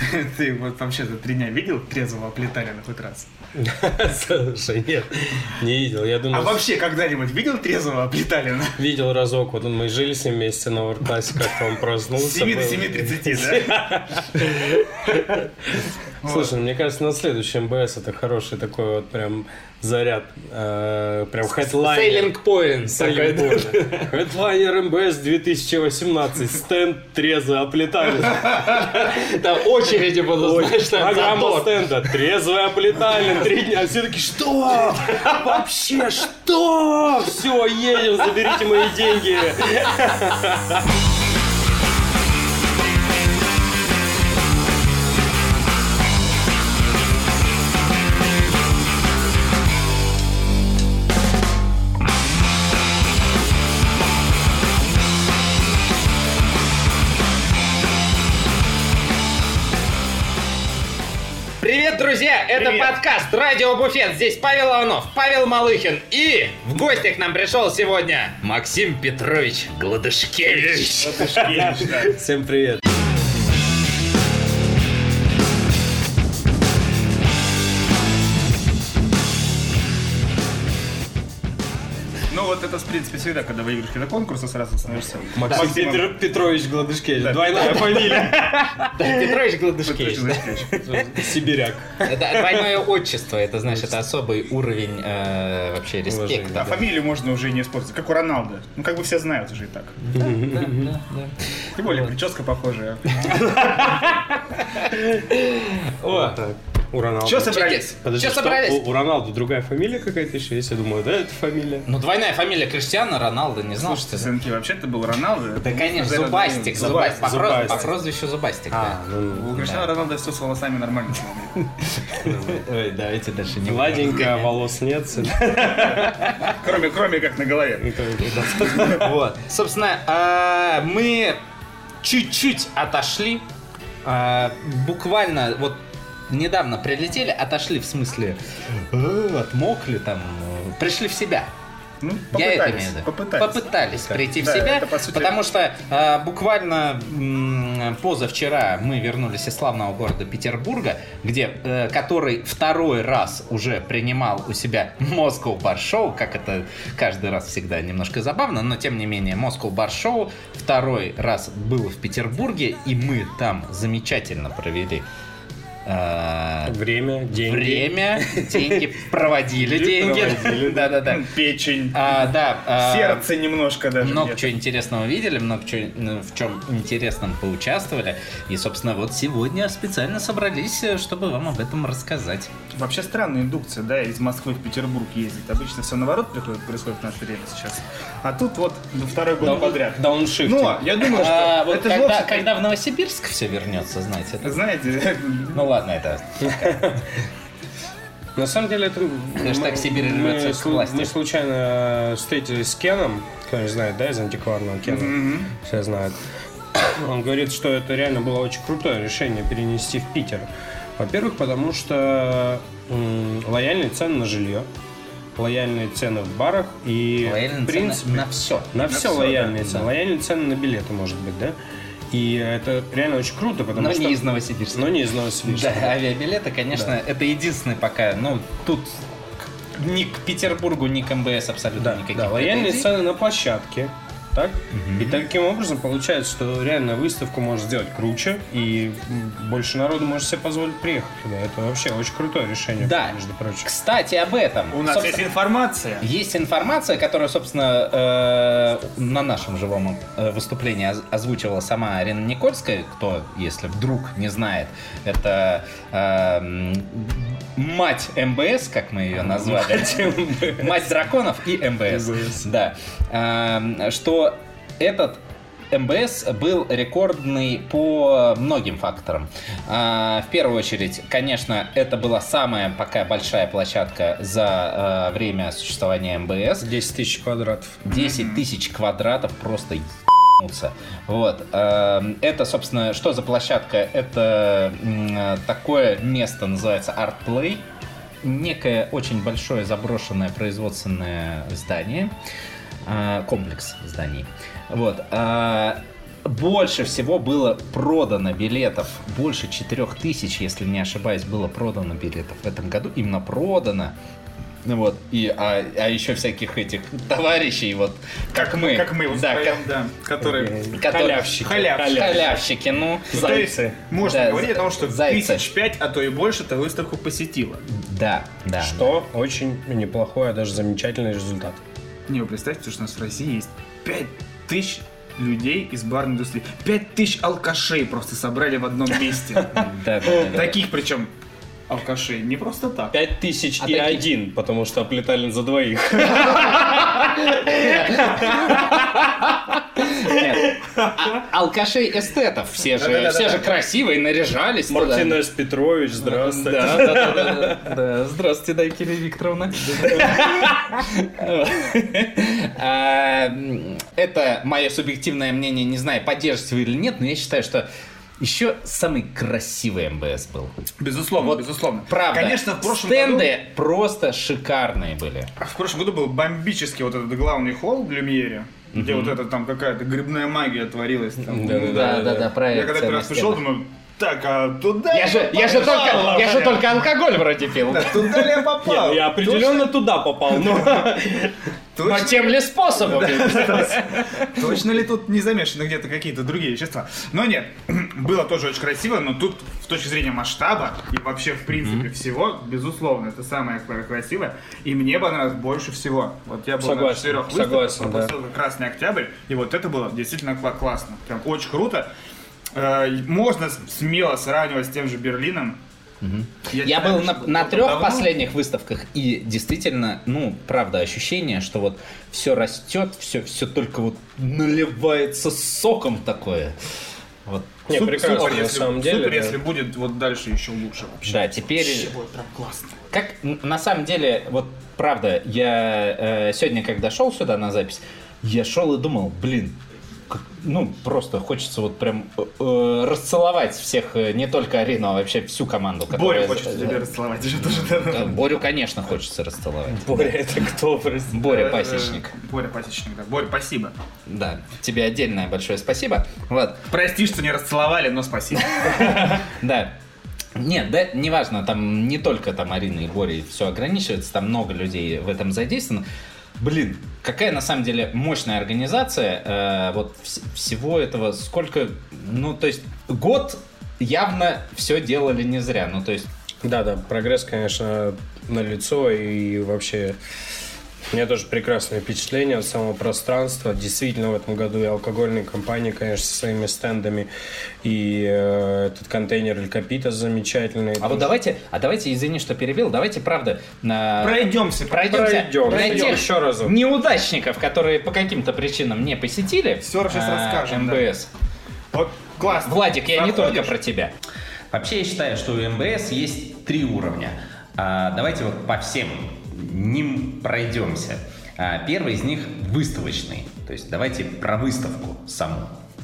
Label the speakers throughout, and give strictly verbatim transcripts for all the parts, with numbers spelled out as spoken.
Speaker 1: Ты вот вообще за три дня видел трезвого Аплиталина хоть раз?
Speaker 2: Слушай, нет, не видел. Я думаю,
Speaker 1: а вообще когда-нибудь видел трезвого Аплиталина?
Speaker 2: Видел разок. Вот мы жили с ним вместе на Ворклассе, как-то он проснулся.
Speaker 1: С семи до семи тридцати, да?
Speaker 2: Слушай, мне кажется, на следующем МБС это хороший такой вот прям заряд. Прям хедлайнер.
Speaker 3: Сейлинг поинт.
Speaker 2: Хедлайнер МБС две тысячи восемнадцать. Стенд трезвый Аплиталин.
Speaker 3: Там очереди будут, знаешь, там
Speaker 2: программа стенда. Трезвый Аплиталин. Три дня. Все таки что? Вообще что? Все, едем, заберите мои деньги.
Speaker 3: Привет, друзья! Это
Speaker 1: Привет.
Speaker 3: подкаст «Радио Буфет». Здесь Павел Иванов, Павел Малыхин. И в гости к нам пришел сегодня Максим Петрович Гладышкевич.
Speaker 1: Гладышкевич, да.
Speaker 2: Всем привет.
Speaker 1: Ну вот это, в принципе, всегда, когда выигрываешь какие-то конкурсы, сразу становишься...
Speaker 2: Максим
Speaker 1: Максимом.
Speaker 2: Петр- Петрович Гладышкевич.
Speaker 1: Да,
Speaker 2: Двойная фамилия.
Speaker 3: Петрович Гладышкевич.
Speaker 2: Сибиряк.
Speaker 3: Это двойное отчество, это значит, это особый уровень э, вообще респекта.
Speaker 1: А фамилию можно уже не использовать, как у Роналду. Ну, как бы все знают уже и так.
Speaker 3: Да, да, да.
Speaker 1: Тем более, прическа похожая.
Speaker 3: О,
Speaker 2: У Роналду.
Speaker 1: Че собрались?
Speaker 2: Подожди,
Speaker 3: Чё
Speaker 2: что?
Speaker 3: собрались?
Speaker 2: У, у Роналду другая фамилия какая-то еще есть? Я думаю, да, это фамилия.
Speaker 3: Ну, двойная фамилия Криштиану Роналду, не знал, что...
Speaker 1: Сынки, вообще-то был Роналду.
Speaker 3: Да, конечно,
Speaker 1: Это,
Speaker 3: Зубастик.
Speaker 1: Зубастик.
Speaker 3: Зубастик. По, проз-
Speaker 2: Зубастик.
Speaker 3: по прозвищу Зубастик,
Speaker 2: А,
Speaker 3: да.
Speaker 2: ну,
Speaker 1: У Криштиану Роналду все с волосами нормально.
Speaker 3: Ой, давайте дальше не
Speaker 2: гладенькая, волос нет.
Speaker 1: Кроме, кроме как на голове.
Speaker 3: Вот. Собственно, а, мы чуть-чуть отошли. а, Буквально вот недавно прилетели, отошли в смысле э, отмокли там, э, пришли в себя.
Speaker 1: Ну,
Speaker 3: Я это
Speaker 1: попытались.
Speaker 3: имею в виду.
Speaker 1: Попытались.
Speaker 3: Попытались прийти в
Speaker 1: Да,
Speaker 3: себя,
Speaker 1: это, по сути,
Speaker 3: потому что э, буквально м, позавчера мы вернулись из славного города Петербурга, где, э, который второй раз уже принимал у себя Moscow Bar Show, как это каждый раз всегда немножко забавно, но тем не менее Moscow Bar Show второй раз был в Петербурге, и мы там замечательно провели
Speaker 2: Время, деньги.
Speaker 3: Время, деньги, проводили деньги. Да-да-да.
Speaker 1: Печень.
Speaker 3: А, да. а,
Speaker 1: Сердце немножко даже.
Speaker 3: Много
Speaker 1: где-то.
Speaker 3: чего интересного видели, много чего, ну, в чем интересном поучаствовали. И, собственно, вот сегодня специально собрались, чтобы вам об этом рассказать.
Speaker 1: Вообще странная индукция, да, из Москвы в Петербург ездить. Обычно все наоборот приходит, происходит в наше время сейчас. А тут вот второй год подряд.
Speaker 2: Дауншифтинг.
Speaker 1: Но я думаю, что
Speaker 3: А, вот
Speaker 1: это же
Speaker 3: когда,
Speaker 1: вовсе-
Speaker 3: когда в Новосибирск все вернется, знаете. это-
Speaker 1: Знаете,
Speaker 3: Ну ладно, это...
Speaker 2: На самом деле это...
Speaker 3: Хэштег
Speaker 2: мы-
Speaker 3: Сибирь
Speaker 2: мы
Speaker 3: рвется к
Speaker 2: слу-
Speaker 3: власти.
Speaker 2: Мы случайно встретились с Кеном, кто не знает, да, из антикварного Кена, все знают. Он говорит, что это реально было очень крутое решение перенести в Питер. Во-первых, потому что м, лояльные цены на жилье, лояльные цены в барах и,
Speaker 3: Лояльные
Speaker 2: в принципе,
Speaker 3: цены на все.
Speaker 2: на все
Speaker 1: всё,
Speaker 2: лояльные
Speaker 3: да.
Speaker 2: цены.
Speaker 3: Да.
Speaker 2: Лояльные цены на билеты, может быть, да? И это реально очень круто, потому
Speaker 3: Но
Speaker 2: что...
Speaker 3: не из Новосибирска.
Speaker 2: Но не из Новосибирска.
Speaker 3: Да, авиабилеты, конечно, это единственный пока, ну, тут к- ни к Петербургу, ни к МБС абсолютно
Speaker 2: Да,
Speaker 3: никаких
Speaker 2: да, лояльные
Speaker 3: претензий.
Speaker 2: цены на площадке. Так? И таким образом получается, что реально выставку можно сделать круче, и м, больше народу может себе позволить приехать туда. Это вообще очень крутое решение,
Speaker 3: Да.
Speaker 2: между прочим.
Speaker 3: Кстати, об этом.
Speaker 1: у нас
Speaker 3: Собственно,
Speaker 1: есть информация.
Speaker 3: Есть информация, которую, собственно, э, на нашем живом э, выступлении оз- озвучивала сама Арина Никольская. Кто, если вдруг не знает, это э, м, мать МБС, как мы ее назвали. Мать драконов и МБС. Да. Э, Что этот МБС был рекордный по многим факторам. А, В первую очередь, конечно, это была самая пока большая площадка за э, время существования МБС.
Speaker 2: десять тысяч квадратов.
Speaker 3: десять тысяч квадратов просто ебнуться. Вот. Э, Это, собственно, что за площадка? Это м, такое место, называется Art Play. Некое очень большое заброшенное производственное здание. э, Комплекс зданий. Вот. А, больше всего было продано билетов. Больше четырех тысяч, если не ошибаюсь, было продано билетов в этом году. Именно продано. Вот. И, а, а еще всяких этих товарищей, вот, как, как мы.
Speaker 1: Как мы, вот
Speaker 3: да,
Speaker 1: втроем,
Speaker 3: как,
Speaker 1: да, которые...
Speaker 3: которые...
Speaker 2: Халявщики.
Speaker 1: Халявщики.
Speaker 3: Халявщики, ну.
Speaker 2: Зайцы.
Speaker 1: Можно
Speaker 3: Да,
Speaker 1: говорить о том, что
Speaker 3: зайцы.
Speaker 1: тысяч пять, а то и больше эта выставку посетила.
Speaker 3: Да, да.
Speaker 2: Что очень неплохой, а даже замечательный результат.
Speaker 1: Не, вы представьте, что у нас в России есть пять тысяч людей из барной индустрии. пять тысяч алкашей просто собрали в одном месте.
Speaker 3: Да, да, да, да.
Speaker 1: Таких причем алкашей не просто так.
Speaker 2: Пять тысяч
Speaker 3: А
Speaker 2: и
Speaker 3: такие-
Speaker 2: один, потому что оплетали за двоих.
Speaker 3: Нет. А- Алкашей эстетов. Все же, все же красивые, наряжались. туда.
Speaker 2: Мартинес Петрович, здравствуйте.
Speaker 3: Да, да, да, да, да. Да, здравствуйте, Дайкина Викторовна. А, м, Это мое субъективное мнение, не знаю, поддержите вы или нет, но я считаю, что еще самый красивый МБС был.
Speaker 1: Безусловно,
Speaker 3: Вот
Speaker 1: безусловно.
Speaker 3: Правда.
Speaker 1: Конечно, в прошлом
Speaker 3: стенды
Speaker 1: году...
Speaker 3: просто шикарные были.
Speaker 1: В прошлом году был бомбический вот этот главный холл в Люмьере, где вот это там какая-то грибная магия творилась. Там.
Speaker 3: Да, да, да,
Speaker 1: Я когда первый раз пришел, думаю, так, а туда
Speaker 3: Я же, я же только, я же только алкоголь вроде пил.
Speaker 1: Да, туда ли я попал?
Speaker 2: Я определенно туда попал, но...
Speaker 3: Но
Speaker 1: Точно,
Speaker 3: тем ли способом?
Speaker 1: точно ли тут не замешаны где-то какие-то другие вещества? Но нет, было тоже очень красиво, но тут с точки зрения масштаба и вообще в принципе всего, безусловно, это самое красивое. И мне понравилось больше всего. Вот я был
Speaker 2: Согласен,
Speaker 1: на четырех выставках,
Speaker 2: согласен, да.
Speaker 1: пропустил «Красный октябрь», и вот это было действительно кла- классно. Прям очень круто. Э, Можно с- смело сравнивать с тем же Берлином.
Speaker 3: Я
Speaker 1: не
Speaker 3: был
Speaker 1: знаю,
Speaker 3: на,
Speaker 1: что
Speaker 3: на
Speaker 1: было
Speaker 3: трех
Speaker 1: давно.
Speaker 3: последних выставках, и действительно, ну, правда, ощущение, что вот все растет, все, все только вот наливается соком такое. Вот.
Speaker 2: Не,
Speaker 1: Суп-
Speaker 2: прекрасно,
Speaker 1: супер,
Speaker 2: на
Speaker 1: если-
Speaker 2: самом деле.
Speaker 1: Супер,
Speaker 2: да.
Speaker 1: если будет вот дальше еще лучше вообще.
Speaker 3: Да, теперь...
Speaker 1: Вообще будет прям классно.
Speaker 3: Как н- на самом деле, вот правда, я э, сегодня, когда шел сюда на запись, я шел и думал, блин, как- ну, просто хочется вот прям э, э, расцеловать всех, э, не только Арину, а вообще всю команду.
Speaker 1: Боря
Speaker 3: которая-
Speaker 1: хочется
Speaker 3: э,
Speaker 1: тебя расцеловать. Еще тоже,
Speaker 3: э, Борю, конечно, хочется расцеловать.
Speaker 2: Боря, это кто, прости?
Speaker 3: Боря Пасечник.
Speaker 1: Э, Боря Пасечник, да. Боря, спасибо.
Speaker 3: Да, тебе отдельное большое спасибо. Вот,
Speaker 1: Прости, что не расцеловали, но спасибо.
Speaker 3: да. Нет, да, неважно, там не только там Арина и Боря все ограничивается, там много людей в этом задействовано. Блин, какая на самом деле мощная организация, э, вот вс- всего этого, сколько, ну, то есть год явно все делали не зря, ну, то есть...
Speaker 2: Да, да, прогресс, конечно, налицо, и вообще у меня тоже прекрасное впечатление от самого пространства. Действительно, в этом году и алкогольные компании, конечно, со своими стендами, и э, этот контейнер Эль Капита замечательный.
Speaker 3: А вот давайте, а давайте, извини, что перебил, давайте, правда, на...
Speaker 1: Пройдемся.
Speaker 3: Пройдемся
Speaker 2: Пройдем,
Speaker 3: на
Speaker 2: пройдем
Speaker 3: тех
Speaker 2: еще разок.
Speaker 3: неудачников, которые по каким-то причинам не посетили
Speaker 1: Всё сейчас
Speaker 3: а,
Speaker 1: расскажем, да.
Speaker 3: МБС.
Speaker 1: Вот классно.
Speaker 3: Владик, я не
Speaker 1: Проходишь?
Speaker 3: только про тебя.
Speaker 4: Вообще я считаю, что у МБС есть три уровня. А, давайте вот по всем ним пройдемся. А, первый из них выставочный. То есть давайте про выставку саму.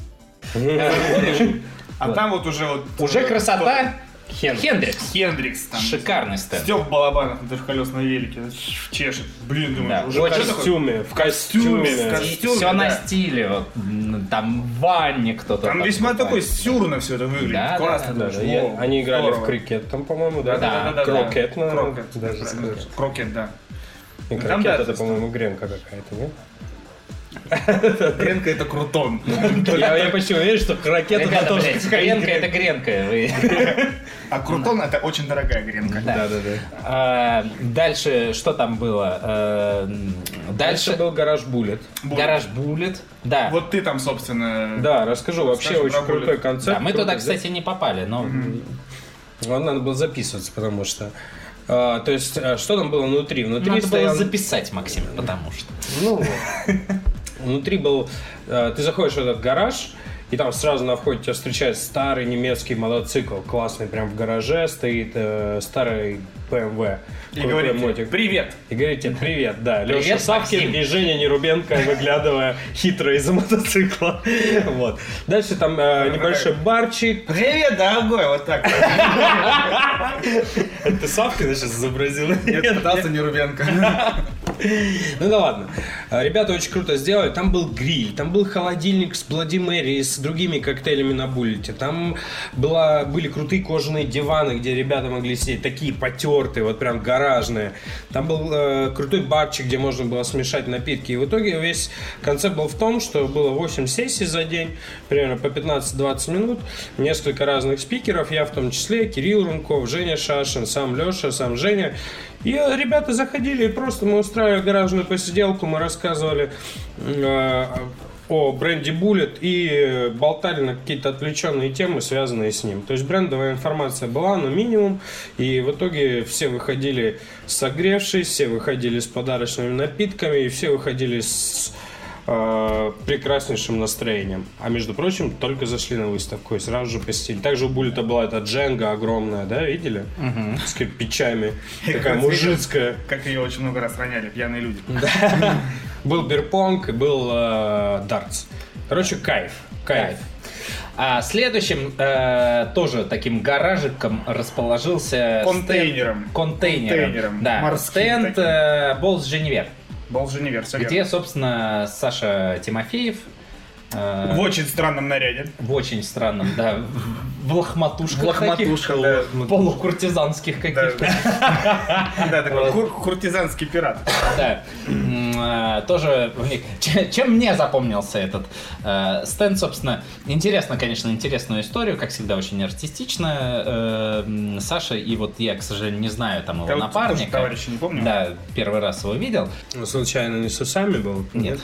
Speaker 1: А там вот уже вот...
Speaker 3: Уже красота.
Speaker 2: Хен.
Speaker 3: Хендрикс.
Speaker 1: Хендрикс там.
Speaker 3: Шикарный стенд.
Speaker 1: Стёп Балабанов на колесном велике. Чешет. Блин, думаю,
Speaker 3: Да,
Speaker 1: уже
Speaker 2: В
Speaker 3: очень
Speaker 1: что такое?
Speaker 2: костюме, в костюме.
Speaker 1: В костюме,
Speaker 3: Все на
Speaker 1: да.
Speaker 3: стиле. Вот, м, там в ванне кто-то.
Speaker 1: Там весьма такой сюрно все это выглядит.
Speaker 3: Да, да,
Speaker 1: Классно.
Speaker 2: Да,
Speaker 1: даже.
Speaker 2: да, я-
Speaker 1: Во,
Speaker 2: они играли
Speaker 1: здорово.
Speaker 2: в крикет там, по-моему, да?
Speaker 1: Да, да, да, да.
Speaker 2: Крокет, наверное,
Speaker 1: Крокет,
Speaker 2: даже
Speaker 1: правильно.
Speaker 2: сказать.
Speaker 1: Крокет, да.
Speaker 2: И
Speaker 1: Там,
Speaker 2: крокет
Speaker 1: да,
Speaker 2: это,
Speaker 1: это
Speaker 2: по-моему, гренка какая-то, нет?
Speaker 1: Гренка это крутон.
Speaker 2: Я, я почти уверен, что крокет это
Speaker 3: Ребята,
Speaker 2: тоже
Speaker 3: блядь,
Speaker 2: какая-нибудь
Speaker 3: гренка это гренка. Вы-
Speaker 1: А крутон это очень дорогая гренка.
Speaker 3: Да.
Speaker 2: Да, да, да.
Speaker 3: А, Дальше, что там было? А,
Speaker 2: Дальше
Speaker 3: Дальше
Speaker 2: был гараж Буллет.
Speaker 3: гараж Буллет. Да.
Speaker 1: Вот ты там, собственно...
Speaker 2: Да, расскажу. Вообще
Speaker 1: Расскажи
Speaker 2: очень
Speaker 1: про Bullet.
Speaker 2: крутой концерт.
Speaker 3: Да, мы
Speaker 2: Круто,
Speaker 3: туда,
Speaker 2: да?
Speaker 3: кстати, не попали, но...
Speaker 2: Вот надо было записываться, потому что... а, то есть, а, что там было внутри? Внутри
Speaker 3: Надо было
Speaker 2: стоял...
Speaker 3: записать, Максим, потому что...
Speaker 2: Ну, вот. Внутри был... а, ты заходишь в этот гараж, и там сразу на входе тебя встречает старый немецкий мотоцикл. Классный, прям в гараже стоит э, старый бэ эм вэ.
Speaker 1: И
Speaker 2: Крутой
Speaker 1: говорите,
Speaker 2: мотик.
Speaker 1: привет.
Speaker 2: И говорите привет, да.
Speaker 3: Привет,
Speaker 2: Леша Савкин
Speaker 3: Максим.
Speaker 2: и Женя Нерубенко, выглядывая хитро из-за мотоцикла. Вот. Дальше там э, небольшой барчик.
Speaker 1: Привет, дорогой, вот так.
Speaker 2: Это ты Савкина сейчас изобразил?
Speaker 1: Нет, пытался не Рубенко.
Speaker 2: Ну да ладно. Ребята очень круто сделали. Там был гриль, там был холодильник с Bloody Mary, с другими коктейлями на буллете. Там была, были крутые кожаные диваны, где ребята могли сидеть, такие потертые, вот прям гаражные. Там был э, крутой барчик, где можно было смешать напитки. И в итоге весь концепт был в том, что было восемь сессий за день, примерно по пятнадцать-двадцать минут, несколько разных спикеров, я в том числе, Кирилл Рунков, Женя Шашин, сам Леша, сам Женя. И ребята заходили, и просто мы устраивали гаражную посиделку, мы рассказывали э, о бренде Bullet и болтали на какие-то отвлеченные темы, связанные с ним. То есть брендовая информация была, но минимум, и в итоге все выходили согревшись, все выходили с подарочными напитками, и все выходили с э, прекраснейшим настроением. А между прочим, только зашли на выставку и сразу же посетили. Также у Буллета была эта Дженга огромная, да, видели? Угу. С кирпичами, такая мужицкая.
Speaker 1: Как ее очень много раз роняли пьяные люди.
Speaker 2: Был бирпонг и был э, дартс. Короче, кайф. Кайф. кайф.
Speaker 3: А следующим э, тоже таким гаражиком расположился
Speaker 1: контейнером.
Speaker 3: Стенд, контейнером.
Speaker 1: Контейнером.
Speaker 3: Да.
Speaker 1: Морским
Speaker 3: Стенд э, Болс Женевер.
Speaker 1: Болс Женевер,
Speaker 3: где, собственно, Саша Тимофеев. Э,
Speaker 1: в очень странном наряде.
Speaker 3: В очень странном, да. В лохматушках. В
Speaker 1: лохматушках, да.
Speaker 3: Полукуртизанских каких-то.
Speaker 1: Да, такой куртизанский пират.
Speaker 3: Да. Тоже, чем мне запомнился этот стенд, собственно, интересно, конечно, интересную историю, как всегда, очень артистично. Саша, и вот я, к сожалению, не знаю там его напарника.
Speaker 1: Товарища не помню.
Speaker 3: Да, первый раз его видел.
Speaker 2: Ну, случайно не с усами был?
Speaker 3: Нет.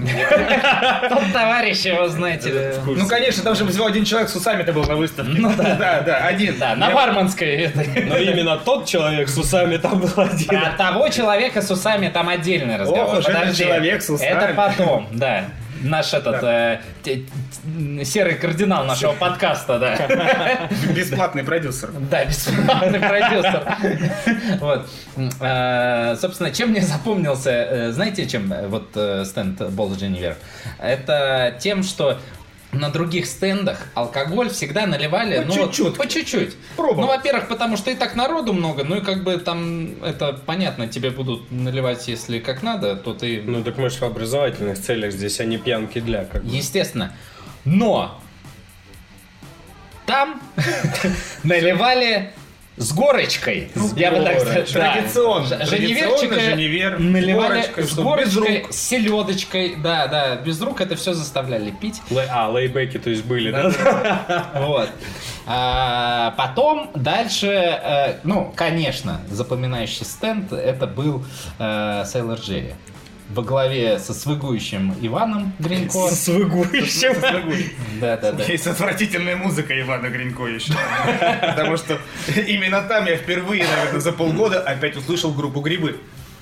Speaker 3: Тот товарищ его, знаете.
Speaker 1: Ну, конечно, там же всего один человек с усами-то был на выставке.
Speaker 3: Ну да,
Speaker 1: да, да, один.
Speaker 3: Да, на Варманской.
Speaker 2: Но именно тот человек с усами там был один.
Speaker 3: Про того человека с усами там отдельный разговор.
Speaker 1: Ох уж этот человек с усами.
Speaker 3: Это потом, да. Наш этот э, т- т- серый кардинал нашего подкаста, да.
Speaker 1: Бесплатный продюсер.
Speaker 3: Да, бесплатный продюсер. Вот. Собственно, чем мне запомнился, знаете, чем вот стенд Болс Женевер? Это тем, что на других стендах алкоголь всегда наливали,
Speaker 1: по
Speaker 3: ну,
Speaker 1: чуть-чуть.
Speaker 3: Вот, по чуть-чуть.
Speaker 1: Пробовал.
Speaker 3: Ну, во-первых, потому что и так народу много, ну и как бы там, это понятно, тебе будут наливать, если как надо, то ты...
Speaker 2: Ну, так мы же в образовательных целях здесь, а не пьянки для, как бы.
Speaker 3: Естественно. Но там наливали с горочкой. Я бы так сказал.
Speaker 1: Традиционно.
Speaker 3: Женеверчика
Speaker 1: Женевер,
Speaker 3: наливали
Speaker 1: горочкой,
Speaker 3: с
Speaker 1: чтобы
Speaker 3: горочкой,
Speaker 1: без рук.
Speaker 3: с селедочкой. Да, да, без рук это все заставляли пить.
Speaker 2: Лей- А, лейбеки, то есть были, да?
Speaker 3: Вот. А, потом дальше, э, ну, конечно, запоминающий стенд это был э, Sailor Jerry. Во главе со свыгующим Иваном Гринько.
Speaker 2: С выгующим.
Speaker 3: Да, да, да.
Speaker 1: И с отвратительной музыкой Ивана Гринько еще. Потому что именно там я впервые, наверное, за полгода опять услышал группу «Грибы».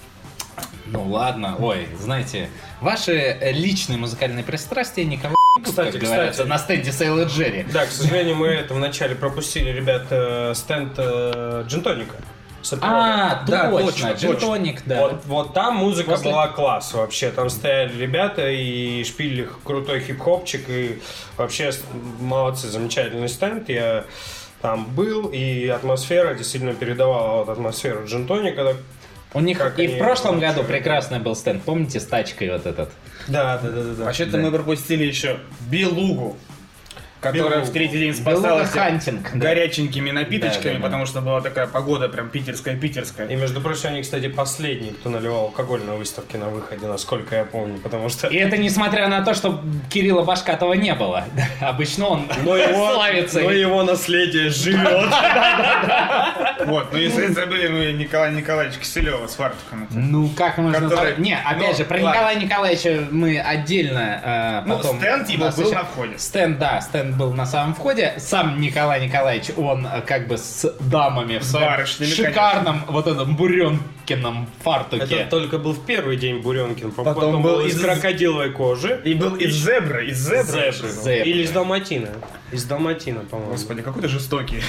Speaker 3: Ну ладно, ой, знаете, ваши личные музыкальные пристрастия никого не
Speaker 2: Кстати,
Speaker 3: как говорится,
Speaker 2: кстати.
Speaker 3: на стенде Sailor Jerry.
Speaker 2: Да, к сожалению, мы это вначале пропустили, ребят, э, стенд э, джин-тоника.
Speaker 3: А,
Speaker 2: Да,
Speaker 3: точно,
Speaker 2: точно,
Speaker 3: джин-тоник, да.
Speaker 2: Вот, вот там музыка
Speaker 3: После-
Speaker 2: была класс вообще. Там стояли ребята и шпилили крутой хип-хопчик. И вообще с- молодцы, замечательный стенд. Я там был, и атмосфера действительно передавала вот атмосферу джин-тоника.
Speaker 3: У них
Speaker 2: Как
Speaker 3: и
Speaker 2: они
Speaker 3: в прошлом
Speaker 2: вообще-
Speaker 3: году прекрасный был стенд, помните, с тачкой вот этот?
Speaker 2: Да, да, да, да. да.
Speaker 1: Вообще-то мы пропустили еще Белугу, которая
Speaker 2: Белугу.
Speaker 1: в третий день
Speaker 3: Белуга
Speaker 1: спасалась
Speaker 3: хантинг, да.
Speaker 1: горяченькими напиточками,
Speaker 3: Да, да, да.
Speaker 1: потому что была такая погода прям питерская-питерская.
Speaker 2: И, между прочим, они, кстати, последние, кто наливал алкоголь на выставке на выходе, насколько я помню, потому что...
Speaker 3: И это несмотря на то, что Кирилла Башкатова не было. Обычно он
Speaker 2: Но его,
Speaker 3: славится.
Speaker 2: но его наследие живет.
Speaker 1: Вот, ну если забыли мы Николая Николаевича Киселева с фартуком.
Speaker 3: Ну, как можно
Speaker 1: Который-
Speaker 3: забыть? Не, опять
Speaker 1: Ну,
Speaker 3: же, про
Speaker 1: ладно.
Speaker 3: Николая Николаевича мы отдельно э,
Speaker 1: Ну,
Speaker 3: потом...
Speaker 1: стенд его
Speaker 3: нас
Speaker 1: был
Speaker 3: еще-
Speaker 1: на входе.
Speaker 3: Стенд, да, стенд был на самом входе. Сам Николай Николаевич, он э, как бы с дамами в своем
Speaker 1: барышнями,
Speaker 3: шикарном вот этом буренкином фартуке.
Speaker 2: Это только был в первый день Буренкин. Потом,
Speaker 1: Потом
Speaker 2: был
Speaker 1: был
Speaker 2: из
Speaker 1: из-
Speaker 2: крокодиловой кожи.
Speaker 1: И был из зебры, из зебры.
Speaker 2: Зебры.
Speaker 3: Зебры.
Speaker 2: Или из Далматина. Из Далматина, по-моему.
Speaker 1: Господи, какой ты жестокий.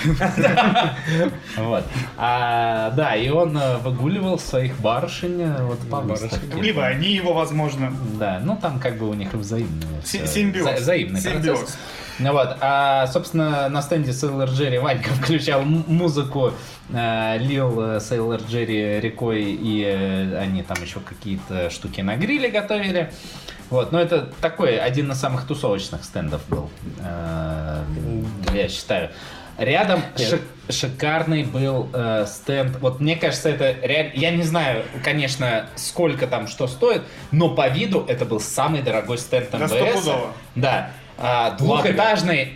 Speaker 3: Вот. А, да, и он э, выгуливал своих барышень э, вот по выставке.
Speaker 1: Либо они его, возможно.
Speaker 3: Да, ну там как бы у них взаимный.
Speaker 1: Си-
Speaker 3: всё.
Speaker 1: симбиоз.
Speaker 3: Вза- взаимный
Speaker 1: Симбиоз.
Speaker 3: процесс. Ну вот, а, собственно, на стенде Сейлор Джерри Ванька включал м- музыку, э, лил Сейлор Джерри рекой, и э, они там еще какие-то штуки на гриле готовили. Вот, но это такой один из самых тусовочных стендов был, э, я считаю. Рядом шик, шикарный был э, стенд. Вот мне кажется, это реально... Я не знаю, конечно, сколько там что стоит, но по виду это был самый дорогой стенд эм бэ эс. Да. А, двухэтажный.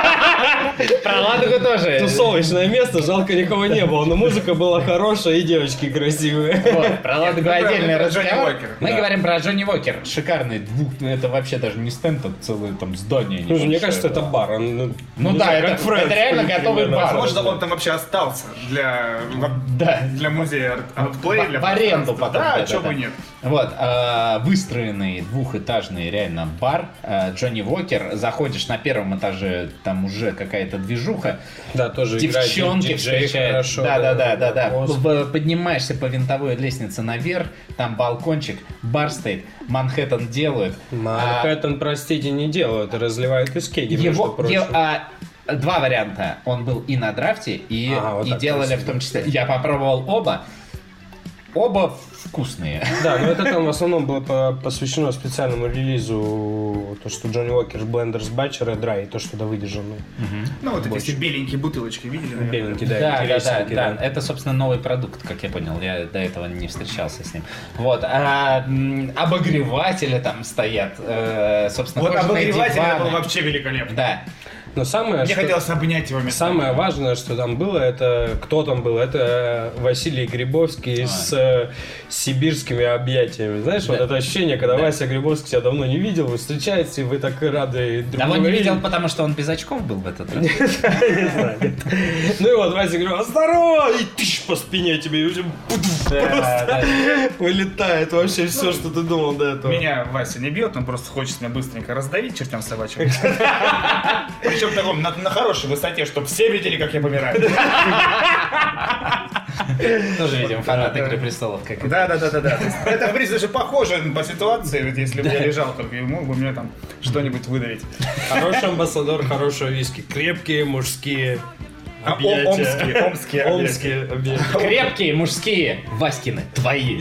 Speaker 3: Про Ладогу тоже.
Speaker 2: Тусовочное место, жалко никого не было, но музыка была хорошая и девочки красивые.
Speaker 3: Вот, про Ладогу отдельный разговор. Мы
Speaker 1: да.
Speaker 3: говорим про Джонни Уокер. Шикарный двух... Это вообще даже не стенд, это целое там здание.
Speaker 2: Ну, мне кажется, это бар. Он, ну,
Speaker 3: ну да,
Speaker 2: знаю,
Speaker 3: это, это реально готовый бар.
Speaker 1: Возможно, он там вообще остался для,
Speaker 3: да.
Speaker 1: для музея артплей.
Speaker 3: В, в аренду потом.
Speaker 1: Да,
Speaker 3: да,
Speaker 1: чего
Speaker 3: да,
Speaker 1: бы
Speaker 3: да.
Speaker 1: нет.
Speaker 3: Вот, э, выстроенный двухэтажный реально бар э, Джонни Уокер. Заходишь на первом этаже, там уже какая-то движуха.
Speaker 2: Да, тоже
Speaker 3: девчонки встречают. Да, да, да, да, да.
Speaker 2: Господи.
Speaker 3: Поднимаешься по винтовой лестнице наверх, там балкончик, бар стоит, Манхэттен делают.
Speaker 2: Манхэттен, а, простите, не делают, разливают из кеги,
Speaker 3: его, его, а, два варианта. Он был и на драфте, и,
Speaker 2: ага, вот
Speaker 3: и делали красиво. В том числе. Я попробовал оба. Оба вкусные.
Speaker 2: Да, но это там в основном было посвящено специальному релизу, то, что Джонни Уокер Blenders Batch Red Dry, то, что туда выдержано.
Speaker 1: Угу. Ну, вот эти все беленькие бутылочки, видели? Наверное?
Speaker 2: Беленькие, да.
Speaker 3: Да, да, да,
Speaker 2: да,
Speaker 3: да. Это, собственно, новый продукт, как я понял. Я до этого не встречался с ним. Вот. А, м, обогреватели там стоят. Э, собственно,
Speaker 1: вот обогреватель
Speaker 3: диваны.
Speaker 1: был вообще великолепный.
Speaker 3: Да.
Speaker 2: Но самое,
Speaker 1: Мне
Speaker 2: что...
Speaker 1: хотелось обнять его местами.
Speaker 2: Самое важное, что там было, это кто там был? Это Василий Грибовский а. с э, сибирскими объятиями. Знаешь, да. вот это ощущение, когда да. Вася Грибовский тебя давно не видел, вы встречаетесь, и вы так рады друг другу.
Speaker 3: Давно не видел, потому что он без очков был в этот раз.
Speaker 2: Не знаю. Ну и вот Вася говорит: здорово! И тыщ по спине тебе уже вылетает вообще все, что ты думал до этого.
Speaker 1: Меня Вася не бьет, он просто хочет меня быстренько раздавить чертям собачьим. Причем в таком, на, на хорошей высоте, чтобы все видели, как я помираю.
Speaker 3: Тоже, видимо, фанат Игры престолов.
Speaker 1: Да, да, да, да, да. Это, в принципе, же похоже по ситуации, ведь если бы я лежал, только ему бы мне там что-нибудь выдавить.
Speaker 2: Хороший амбассадор, хорошего виски. Крепкие мужские объятия.
Speaker 1: Омские, омские
Speaker 2: Омские объятия.
Speaker 3: Крепкие мужские Васькины, твои.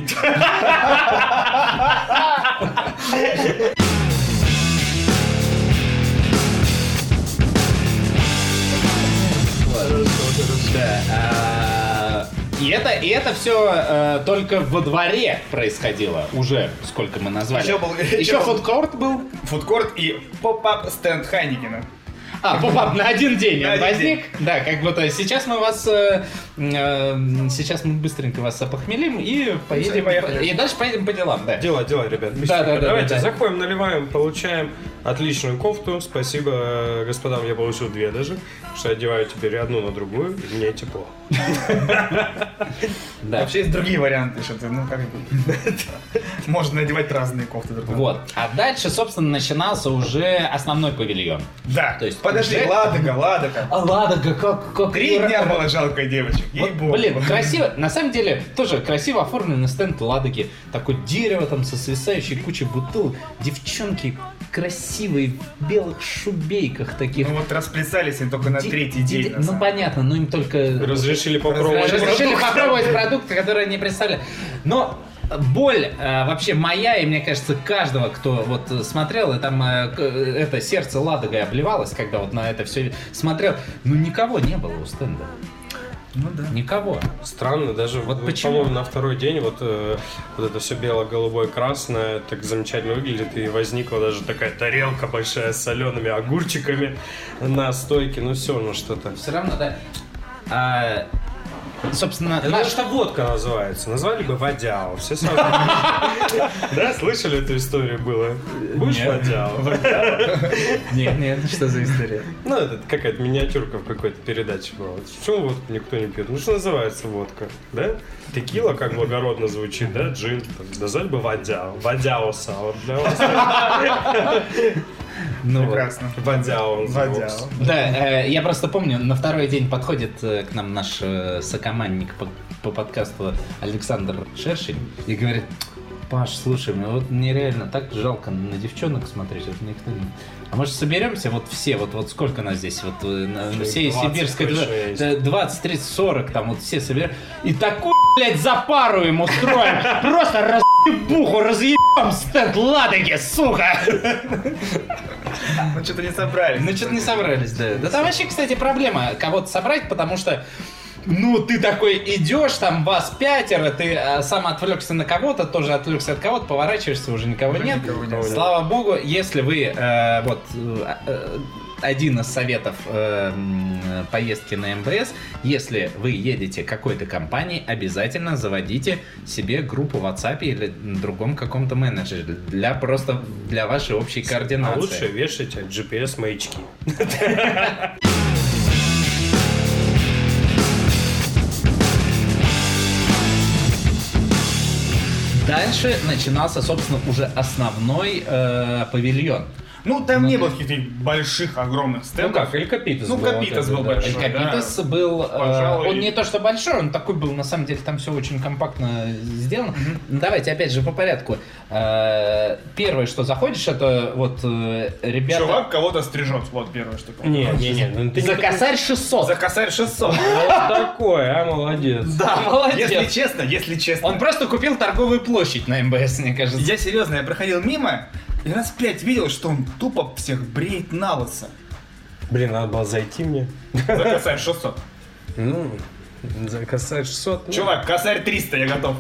Speaker 3: Да, а, и это, и это все а, только во дворе происходило уже, сколько мы назвали.
Speaker 1: Еще, был,
Speaker 3: еще фудкорт был.
Speaker 1: Фудкорт и поп-ап стенд Хайникена.
Speaker 3: А, поп-ап на один день
Speaker 1: на
Speaker 3: он
Speaker 1: один
Speaker 3: возник.
Speaker 1: День.
Speaker 3: Да, как будто сейчас мы вас, э, э, сейчас мы быстренько вас опохмелим и поедем,
Speaker 1: поехали.
Speaker 3: и дальше поедем по делам, да.
Speaker 2: Дела, дела, ребят.
Speaker 3: Да, да, да,
Speaker 2: давайте
Speaker 3: да, да.
Speaker 2: заходим, наливаем, получаем отличную кофту. Спасибо господам, я получил две даже, что одеваю теперь одну на другую, и мне тепло.
Speaker 3: Да.
Speaker 1: Вообще есть другие варианты, что ты, ну как бы, можно надевать разные кофты друг на друга.
Speaker 3: Вот. А дальше, собственно, начинался уже основной павильон.
Speaker 1: Да.
Speaker 3: То есть
Speaker 1: подожди,
Speaker 3: уже...
Speaker 1: Ладога, Ладога.
Speaker 3: А Ладога, как, как...
Speaker 1: Три дня было жалко девочек.
Speaker 3: Вот, блин, красиво. На самом деле, тоже красиво оформленный стенд Ладоги. Такое дерево там со свисающей кучей бутылок. Девчонки красивые в белых шубейках таких.
Speaker 1: Ну вот расплясались они только на
Speaker 3: Ди-
Speaker 1: третий
Speaker 3: ди-
Speaker 1: день.
Speaker 3: Ну понятно, но им только...
Speaker 2: Разрешили попробовать.
Speaker 3: Разрешили попробовать продукты, которые не представляли. Но боль э, вообще моя, и мне кажется, каждого, кто вот смотрел, и там э, это сердце Ладогой обливалось, когда вот на это все смотрел, ну никого не было у стенда.
Speaker 1: Ну да.
Speaker 3: Никого.
Speaker 2: Странно, даже
Speaker 3: Вот
Speaker 2: вот,
Speaker 3: почему?
Speaker 2: по-моему, на второй день вот, э, вот это все бело-голубое, красное так замечательно выглядит, и возникла даже такая тарелка большая с солеными огурчиками на стойке, ну все, ну что-то.
Speaker 3: Все равно, да. А, собственно,
Speaker 2: Это
Speaker 3: наш...
Speaker 2: что водка называется, назвали бы Вадяо, все сразу. Да, слышали эту историю было? Будешь Вадяо?
Speaker 3: Нет, нет, что за история?
Speaker 2: Ну, это какая-то миниатюрка в какой-то передаче была. Вот почему водку никто не пьет? Ну, что называется водка, да? Текила как благородно звучит, да? Джин. Назвали бы Вадяо. Вадяо саур для вас.
Speaker 3: Ну,
Speaker 1: прекрасно.
Speaker 2: Вадяо.
Speaker 1: Вадяо.
Speaker 3: да, э, я просто помню, на второй день подходит э, к нам наш э, сокомандник по, по подкасту Александр Шершень и говорит: Паш, слушай, мне вот мне реально так жалко на девчонок смотреть, вот никто не... А может соберемся вот все, вот, вот сколько нас здесь, вот на всей Сибирской, двадцать, тридцать, сорок, там вот все соберем, и такую, блядь, за пару им устроим, просто разъебуху, разъебем стенд Ладоги, сука!
Speaker 1: Ну, что-то не собрались.
Speaker 3: Ну, что-то не собрались, да. Да там вообще, кстати, проблема кого-то собрать, потому что ну, ты такой идешь, там вас пятеро, ты а, сам отвлекся на кого-то, тоже отвлекся от кого-то, поворачиваешься, уже никого
Speaker 1: Уже
Speaker 3: нет.
Speaker 1: никого нет.
Speaker 3: Слава богу, если вы, э, вот, э, один из советов э, поездки на эм бэ эс, если вы едете к какой-то компании, обязательно заводите себе группу в WhatsApp или другом каком-то менеджере, для просто для вашей общей координации.
Speaker 2: А лучше вешайте джи пи эс-маячки.
Speaker 3: Дальше начинался, собственно, уже основной э, павильон.
Speaker 1: Ну, там ну, не было каких-то больших, огромных стендов.
Speaker 2: Ну как, Эль Капитас
Speaker 1: ну,
Speaker 2: был.
Speaker 1: Ну, Капитас был
Speaker 2: да.
Speaker 1: большой,
Speaker 3: Эль Капитас да. был,
Speaker 1: Пожалуй.
Speaker 3: Он не то что большой, он такой был, на самом деле, там все очень компактно сделано. Mm-hmm. Давайте, опять же, по порядку. Первое, что заходишь, это вот ребята...
Speaker 1: Чувак кого-то стрижет, вот первое, что...
Speaker 2: Не, не, не. Ну,
Speaker 3: ты За не... косарь шестьсот.
Speaker 1: За косарь шестьсот.
Speaker 2: Вот такой, а, молодец.
Speaker 3: Да, молодец.
Speaker 1: Если честно, если честно.
Speaker 3: Он просто купил торговую площадь на эм бэ эс, мне кажется.
Speaker 1: Я серьезно, я проходил мимо, и раз пять видел, что он тупо всех бреет на лысо.
Speaker 2: Блин, надо было зайти мне.
Speaker 1: За косарь шестьсот.
Speaker 2: Ну, за косарь шестьсот.
Speaker 1: Чувак, косарь триста, я готов.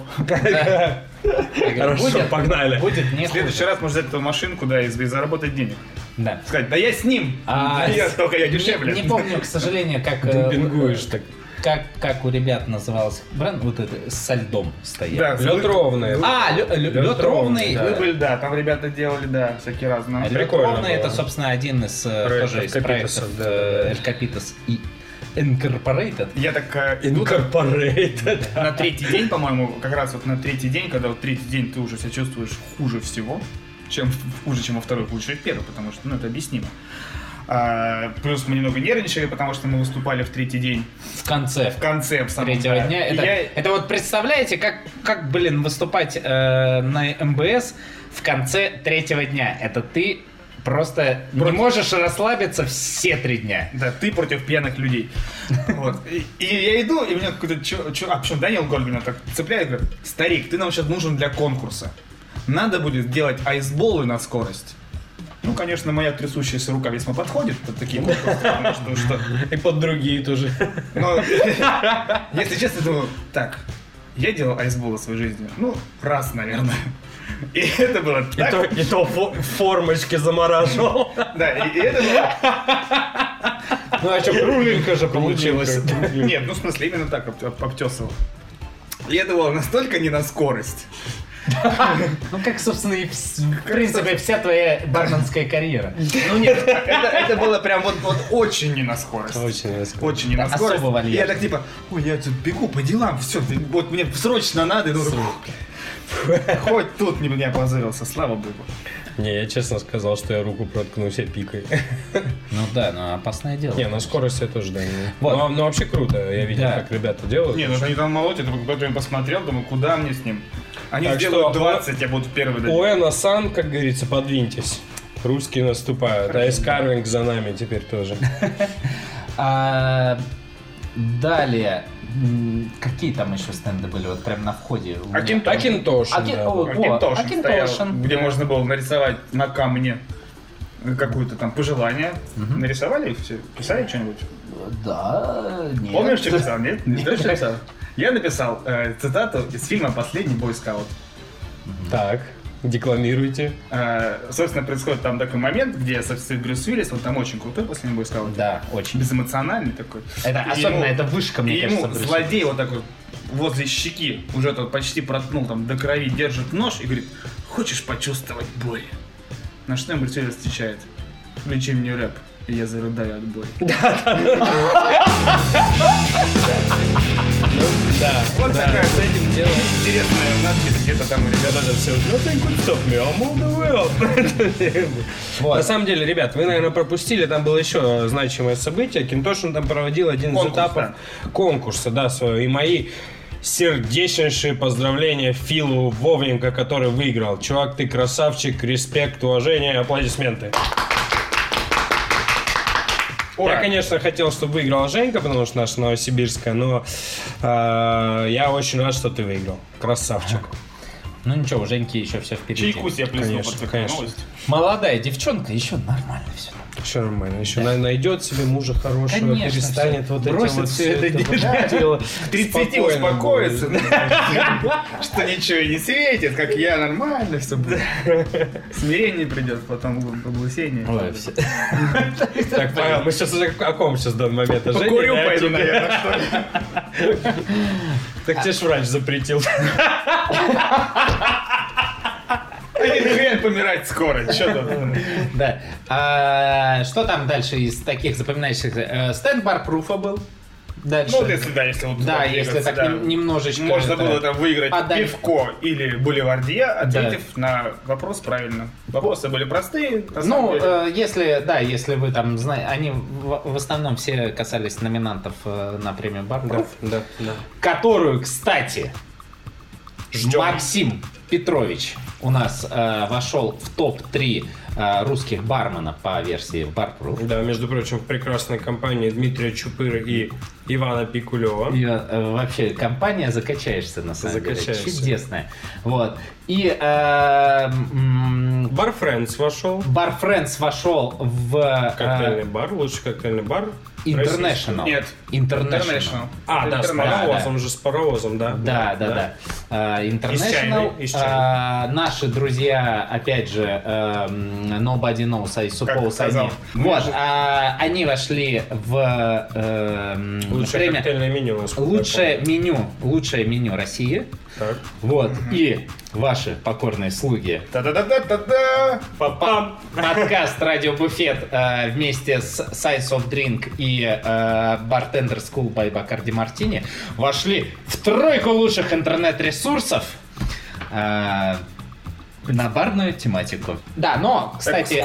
Speaker 2: Хорошо, погнали.
Speaker 3: Будет не
Speaker 1: В следующий раз можно взять эту машинку, да, и заработать денег.
Speaker 3: Да.
Speaker 1: Сказать, да я с ним.
Speaker 3: А,
Speaker 1: я только я дешевле.
Speaker 3: Не, не помню, к сожалению, как...
Speaker 2: Демпингуешь так.
Speaker 3: Как, как у ребят назывался бренд, вот это со льдом стоят.
Speaker 1: Да,
Speaker 2: лед ровный.
Speaker 3: А, лед, лед, лед ровный.
Speaker 1: Да. Были, да, там ребята делали, да, всякие разные.
Speaker 3: Лед ровный это, собственно, один из проектов, тоже из проектов Эль Капитас и Incorporated.
Speaker 1: Я так э,
Speaker 2: Incorporated.
Speaker 1: На третий день, по-моему, как раз вот на третий день, когда вот третий день ты уже себя чувствуешь хуже всего, чем хуже, чем во второй, лучше в первый, потому что, ну, это объяснимо. А, плюс мы немного нервничали, потому что мы выступали в третий день.
Speaker 3: В конце.
Speaker 1: В конце, в самом
Speaker 3: третьего
Speaker 1: да.
Speaker 3: дня. Это,
Speaker 1: я...
Speaker 3: это вот представляете, как, как блин, выступать э, на эм бэ эс в конце третьего дня. Это ты просто против... не можешь расслабиться все три дня.
Speaker 1: Да, ты против пьяных людей. Вот. И, и я иду, и меня какой-то чувак, а причем Даниэл Голь меня так цепляет, говорит, старик, ты нам сейчас нужен для конкурса. Надо будет делать айсболы на скорость. Ну, конечно, моя трясущаяся рука весьма подходит под такие конкурсы, потому что, что...
Speaker 2: И под другие тоже.
Speaker 1: Но, если честно, думаю, так, я делал айсболы в своей жизни, ну, раз, наверное. И это было так...
Speaker 2: И то, и то в формочке замораживал.
Speaker 1: Да, и, и это было...
Speaker 3: Ну, а что, кругленько же получилось.
Speaker 1: Нет, ну, в смысле, именно так обтесывал. И это было настолько не на скорость.
Speaker 3: Ну, как, собственно, и в принципе вся твоя барменская карьера.
Speaker 1: Ну нет, это, это было прям вот, вот очень не на скорость.
Speaker 2: Очень не на скорость.
Speaker 1: Очень не на скорость.
Speaker 3: Особо
Speaker 1: И я так типа, ой, я тут бегу по делам, все, вот мне срочно надо. И думаю, хоть тут не, не опозорился, слава богу.
Speaker 2: Не, я честно сказал, что я руку проткну себе пикой.
Speaker 3: Ну да, но опасное дело.
Speaker 2: Не, на скорость я тоже, да.
Speaker 3: Вот.
Speaker 2: Но, но вообще круто, я видел,
Speaker 3: Да.
Speaker 2: как ребята делают.
Speaker 1: Не, ну они там молотят, я потом посмотрел, думаю, куда мне с ним? Они
Speaker 2: Так
Speaker 1: сделают
Speaker 2: что,
Speaker 1: двадцать, я буду первый дать.
Speaker 2: Уэна-сан, как говорится, подвиньтесь. Русские наступают, а эскарвинг за нами теперь тоже.
Speaker 3: А, далее, м, какие там еще стенды были? Вот прям на входе.
Speaker 1: Акинтошин.
Speaker 2: Акинтошин,
Speaker 3: Аки-
Speaker 2: да.
Speaker 3: о,
Speaker 1: Акинтошин стоял,
Speaker 3: Акинтошин.
Speaker 1: где можно было нарисовать на камне какое-то там пожелание.
Speaker 3: Мгм.
Speaker 1: Нарисовали все? Писали что-нибудь?
Speaker 3: Да, нет.
Speaker 1: Помнишь, что писал? Нет? Не
Speaker 3: Нет.
Speaker 1: знаешь, что писал? Я написал э, цитату из фильма «Последний бойскаут».
Speaker 2: Так, декламируйте.
Speaker 1: Э, собственно, происходит там такой момент, где, собственно, Брюс Уиллис, он там очень крутой «Последний бойскаут».
Speaker 3: Да, очень.
Speaker 1: Безэмоциональный такой.
Speaker 3: Это
Speaker 1: И
Speaker 3: особенно,
Speaker 1: ему-
Speaker 3: это вышка, мне
Speaker 1: и
Speaker 3: кажется,
Speaker 1: ему
Speaker 3: Брюса.
Speaker 1: злодей вот так вот возле щеки уже тут почти проткнул там до крови, держит нож и говорит, хочешь почувствовать боль? На что ему Брюс Уиллис отвечает, включи мне рэп, и я зарыдаю от боли.
Speaker 2: Да,
Speaker 1: Вот
Speaker 2: да.
Speaker 1: такая с этим дело. Интересная надпись где-то там у ребят.
Speaker 2: Да-да-да, все. Nothing could stop me, I'm all the world.
Speaker 3: Вот.
Speaker 2: На самом деле, ребят, вы, наверное, пропустили, там было еще значимое событие. Кинтошин там проводил один из
Speaker 1: Конкурс,
Speaker 2: этапов конкурса, да, своего. И мои сердечнейшие поздравления Филу Вовненко, который выиграл. Чувак, ты красавчик, респект, уважение, аплодисменты. Ура. Я, конечно, хотел, чтобы выиграла Женька, потому что наша новосибирская, но э, я очень рад, что ты выиграл. Красавчик.
Speaker 3: Ну ничего, у Женьки еще все впереди.
Speaker 1: Чайку себе плеснул под такую новость.
Speaker 3: Молодая девчонка, еще нормально все.
Speaker 2: Еще нормально. Еще да. найдет себе мужа хорошего,
Speaker 3: конечно,
Speaker 2: перестанет
Speaker 3: все.
Speaker 2: вот
Speaker 3: Бросит
Speaker 2: этим вот
Speaker 3: все это дело.
Speaker 1: К тридцати успокоится, что ничего не светит, как я, нормально все будет. Смирение придет, потом поглусение.
Speaker 3: Ой, все.
Speaker 2: Так, Павел, мы сейчас уже о ком сейчас в данный момент?
Speaker 1: Покурю пойду, наверное, что ли.
Speaker 2: Так тебе ж врач запретил.
Speaker 1: Один хрен помирать скоро, что там?
Speaker 3: Да. А, что там дальше из таких запоминающихся? Стенд Барпруфа был. Дальше.
Speaker 1: Ну, если, да, если вот
Speaker 3: да, если так да, немножечко...
Speaker 1: Можно это, было там выиграть
Speaker 3: подать...
Speaker 1: пивко или бульвардье, ответив да. на вопрос правильно. Вопросы были простые.
Speaker 3: Ну, э, если, да, если вы там знаете, они в, в основном все касались номинантов э, на премию Барпруф,
Speaker 2: да, да, да.
Speaker 3: которую, кстати,
Speaker 2: ждем.
Speaker 3: Максим Петрович у нас э, вошел в топ три э, русских барменов по версии Барпруф.
Speaker 2: Да, между прочим, в прекрасной компании Дмитрия Чупыра и Ивана Пикулева.
Speaker 3: И, э, вообще, компания закачаешься, на самом
Speaker 2: закачаешься.
Speaker 3: деле. Чудесная. Вот. И э, м-
Speaker 2: Бар Френдс вошел.
Speaker 3: Бар Френдс вошел в... Э,
Speaker 2: коктейльный бар, лучший коктейльный бар.
Speaker 3: International.
Speaker 1: Нет.
Speaker 3: International.
Speaker 2: А, да, с паровозом да, же, с паровозом, да.
Speaker 3: Да, да, да. да. Uh, International. Uh, наши друзья, опять же, uh, Nobody Knows, I Suppose они. Вот, uh, они вошли в uh,
Speaker 2: лучшее
Speaker 3: премию.
Speaker 2: Коктейльное меню.
Speaker 3: Лучшее меню, лучшее меню России.
Speaker 2: Так.
Speaker 3: Вот, угу. И ваши покорные слуги.
Speaker 1: Та-да-да-да-да-да!
Speaker 3: Па-пам! Подкаст «Радио Буфет» э, вместе с Science of Drink и э, Bartender School by Bacardi Martini вошли в тройку лучших интернет-ресурсов э, на барную тематику. Да, но, кстати,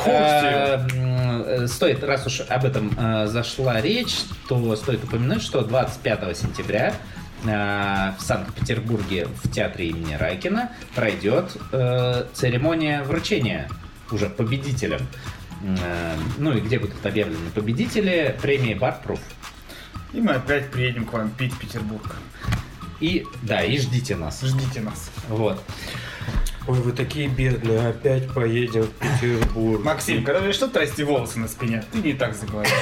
Speaker 3: э, стоит, раз уж об этом э, зашла речь, то стоит упомянуть, что двадцать пятого сентября в Санкт-Петербурге в театре имени Райкина пройдет э, церемония вручения уже победителям. Э, ну и где будут объявлены победители премии Барпруф.
Speaker 1: И мы опять приедем к вам пить в Петербург.
Speaker 3: И да, и ждите нас.
Speaker 1: Ждите нас.
Speaker 3: Вот.
Speaker 2: Ой, вы такие бедные, опять поедем в Петербург.
Speaker 1: Максим, когда говоришь, что трасти волосы на спине, ты не так заговоришь.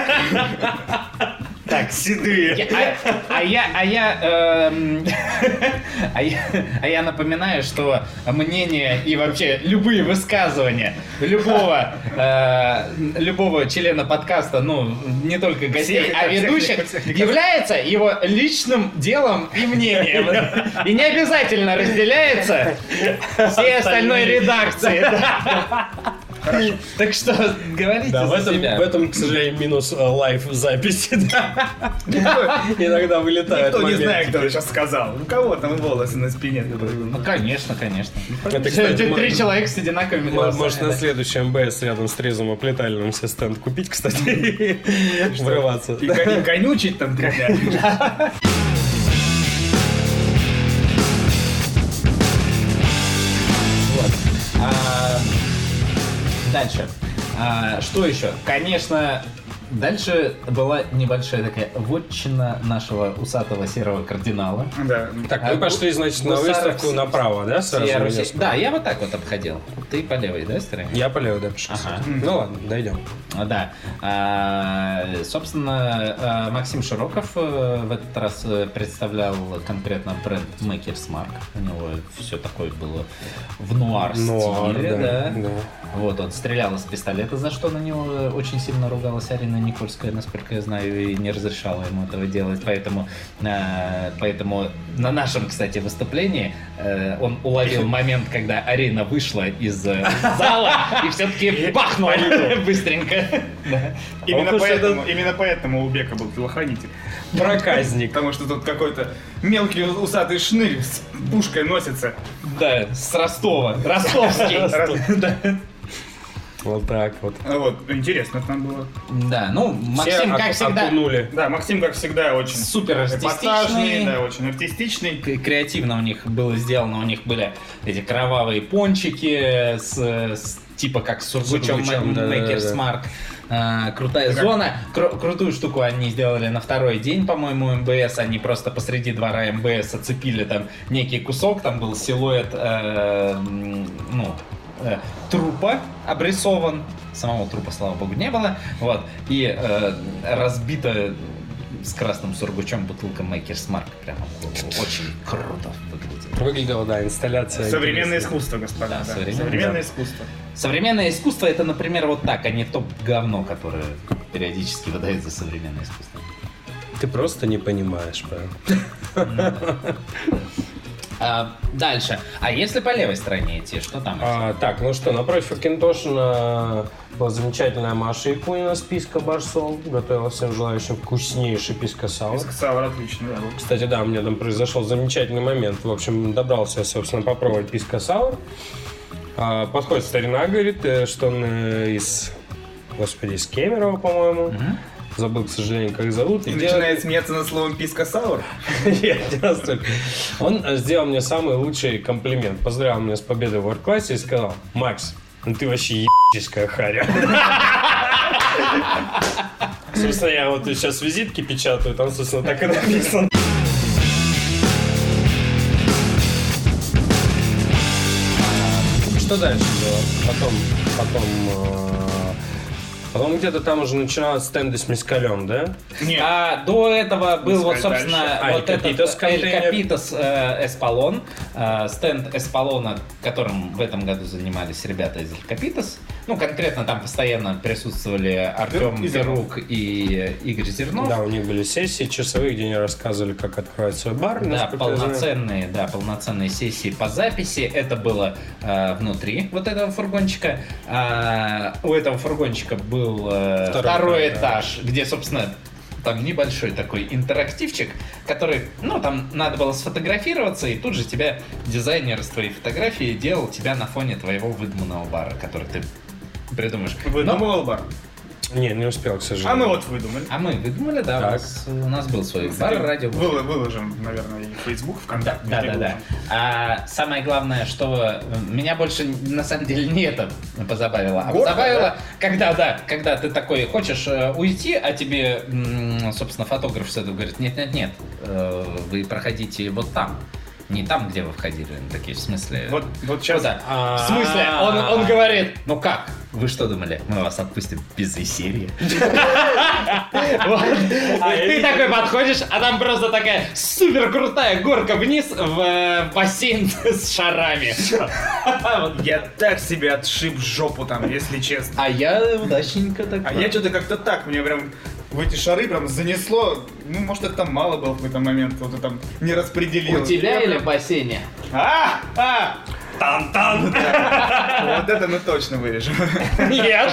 Speaker 1: Так, седые.
Speaker 3: Я, а, а я, а я, эм, а я, а я напоминаю, что мнение и вообще любые высказывания любого, э, любого члена подкаста, ну не только гостей, всех, а ведущих, всех, всех, является его личным делом и мнением, и не обязательно разделяется всей остальной редакции.
Speaker 1: Хорошо.
Speaker 3: Так что говорите
Speaker 2: да,
Speaker 3: за
Speaker 2: в этом,
Speaker 3: себя.
Speaker 2: В этом, к сожалению, минус лайв-записи. Да. Иногда вылетает
Speaker 1: Никто
Speaker 2: момент.
Speaker 1: не знает, кто сейчас сказал. У кого там волосы на спине?
Speaker 3: Ну, конечно, конечно.
Speaker 2: Это, кстати,
Speaker 3: Три человека с одинаковыми голосами.
Speaker 2: Может, на следующем эм бэ эс рядом с трезвым оплетальным себе стенд купить, кстати, врываться.
Speaker 1: И конючить там три дня.
Speaker 3: Дальше. А, что еще? Конечно, дальше была небольшая такая вотчина нашего усатого серого кардинала.
Speaker 1: Да.
Speaker 2: Так, мы а, пошли, значит, на выставку направо, да? Сразу
Speaker 3: да, я вот так вот обходил. Ты по левой, да, стороне?
Speaker 2: Я по левой, да, пошел. Ага. Ну ладно, дойдем.
Speaker 3: Да. А, собственно, Максим Широков в этот раз представлял конкретно бренд Maker's Mark. У него все такое было в нуар-стиле, да, да. да. Вот, он стрелял из пистолета, за что на него очень сильно ругалась Арина Никольская, насколько я знаю, и не разрешала ему этого делать. Поэтому, э, поэтому на нашем, кстати, выступлении э, он уловил момент, когда Арина вышла из э, зала и все-таки бахнула быстренько.
Speaker 1: Именно поэтому, именно поэтому у Бека был телохранитель.
Speaker 2: Проказник.
Speaker 1: Потому что тут какой-то мелкий усатый шнырь с пушкой носится.
Speaker 3: Да, с Ростова. Ростовский.
Speaker 2: Вот так вот.
Speaker 1: А вот, интересно там было.
Speaker 3: Да, ну, Максим,
Speaker 2: Все
Speaker 3: как
Speaker 2: оку-
Speaker 3: всегда,
Speaker 2: окунули.
Speaker 1: Да, Максим, как всегда, очень
Speaker 3: супер
Speaker 1: эпатажный,
Speaker 3: артистичный.
Speaker 1: да, очень артистичный.
Speaker 3: К- Креативно у них было сделано, у них были эти кровавые пончики с, с- типа как с Сургучом
Speaker 2: Сургучом, да, да,
Speaker 3: Maker
Speaker 2: да.
Speaker 3: Smart. А, крутая
Speaker 1: как-
Speaker 3: зона. Кру- крутую штуку они сделали на второй день, по-моему, МБС. Они просто посреди двора МБС оцепили там некий кусок, там был силуэт, э, м, ну, э, трупа обрисован. Самого трупа, слава богу, не было. Вот. И э, разбито с красным сургучом бутылка Maker's Mark. Прямо очень круто выглядит.
Speaker 2: Выглядела, да, инсталляция.
Speaker 1: Современное
Speaker 2: интересная.
Speaker 1: искусство, господа.
Speaker 3: Да,
Speaker 1: Да,
Speaker 3: современное,
Speaker 1: современное
Speaker 2: да.
Speaker 1: искусство.
Speaker 3: Современное искусство — это, например, вот так, а не то говно, которое периодически выдают за современное искусство.
Speaker 2: Ты просто не понимаешь, Павел.
Speaker 3: А, дальше. А если по левой стороне идти, что там?
Speaker 2: А, так, ну что, напротив Акинтошина была замечательная Маша Якунина с писка борцов. Готовила всем желающим вкуснейший писка-саур.
Speaker 1: Саур отлично, да.
Speaker 2: Кстати, да, у меня там произошел замечательный момент. В общем, добрался я, собственно, попробовать писка-саур. А, подходит старина, говорит, э, что он э, из, господи, из Кемерово, по-моему. Забыл, к сожалению, как зовут.
Speaker 1: И
Speaker 2: делает-
Speaker 1: начинает смеяться над словом писка саур.
Speaker 2: Я не настолько. Он э, сделал мне самый лучший комплимент. Поздравил меня с победой в Warclass и сказал: Макс, ну ты вообще ебическая харя. Собственно, я вот сейчас визитки печатаю, там, собственно, так и написано. Что дальше было? Потом, потом, э, потом где-то там уже начиналось стенды с мискалем, да?
Speaker 1: Нет.
Speaker 3: А до этого был вот,
Speaker 1: Искать
Speaker 3: собственно,
Speaker 1: дальше.
Speaker 2: А,
Speaker 3: вот
Speaker 2: Эль
Speaker 3: этот
Speaker 2: Капитос
Speaker 3: Эль
Speaker 2: контейнер.
Speaker 3: Капитос э, Эспалон, э, стенд Эспалона, которым в этом году занимались ребята из Эль Капитос. Ну, конкретно там постоянно присутствовали Артем
Speaker 1: И Зернов.
Speaker 3: Берук и Игорь Зернов.
Speaker 2: Да, у них были сессии часовые, где они рассказывали, как открывать свой бар.
Speaker 3: Да,
Speaker 2: насколько я знаю.
Speaker 3: полноценные, да, полноценные сессии по записи. Это было э, внутри вот этого фургончика. А, у этого фургончика был э,
Speaker 2: Второй
Speaker 3: второй,
Speaker 2: этаж, да.
Speaker 3: этаж, где, собственно, там небольшой такой интерактивчик, который, ну, там надо было сфотографироваться, и тут же тебя дизайнер с твоей фотографии делал тебя на фоне твоего выдуманного бара, который ты придумаешь. Но-
Speaker 1: Выдумывал бар.
Speaker 2: Не, не успел, к сожалению.
Speaker 1: А мы вот выдумали.
Speaker 3: А мы выдумали, да, у
Speaker 2: Так.
Speaker 3: нас, у нас был свой бар, радио.
Speaker 1: Выло- Выложим, наверное, и в Facebook, ВКонтакте.
Speaker 3: Да,
Speaker 1: везде
Speaker 3: да, да.
Speaker 1: выложим.
Speaker 3: А самое главное, что меня больше на самом деле не это позабавило, а
Speaker 1: Гордо,
Speaker 3: позабавило,
Speaker 1: да?
Speaker 3: когда, да, когда ты такой хочешь э, уйти, а тебе, м, собственно, фотограф с этого говорит: нет, нет, нет, э, вы проходите вот там. Не там, где вы входили, ну, такие, в смысле...
Speaker 1: Вот, вот сейчас...
Speaker 3: Куда?
Speaker 2: А.
Speaker 3: В смысле? Он, он говорит: ну как? Вы что думали? Мы вас отпустим без веселья? Вот. Ты такой подходишь, а там просто такая супер крутая горка вниз в э, бассейн с шарами.
Speaker 1: Я так себе отшиб жопу там, если честно.
Speaker 3: А я удачненько так.
Speaker 1: А я что-то как-то так, мне прям в эти шары прям занесло. Ну, может, это там мало было в какой-то момент, кто-то там не распределил.
Speaker 3: У тебя
Speaker 1: Я
Speaker 3: или
Speaker 1: прям-
Speaker 3: в бассейне?
Speaker 1: А! А!
Speaker 2: Тан-тан!
Speaker 1: Вот это мы точно вырежем.
Speaker 3: Нет.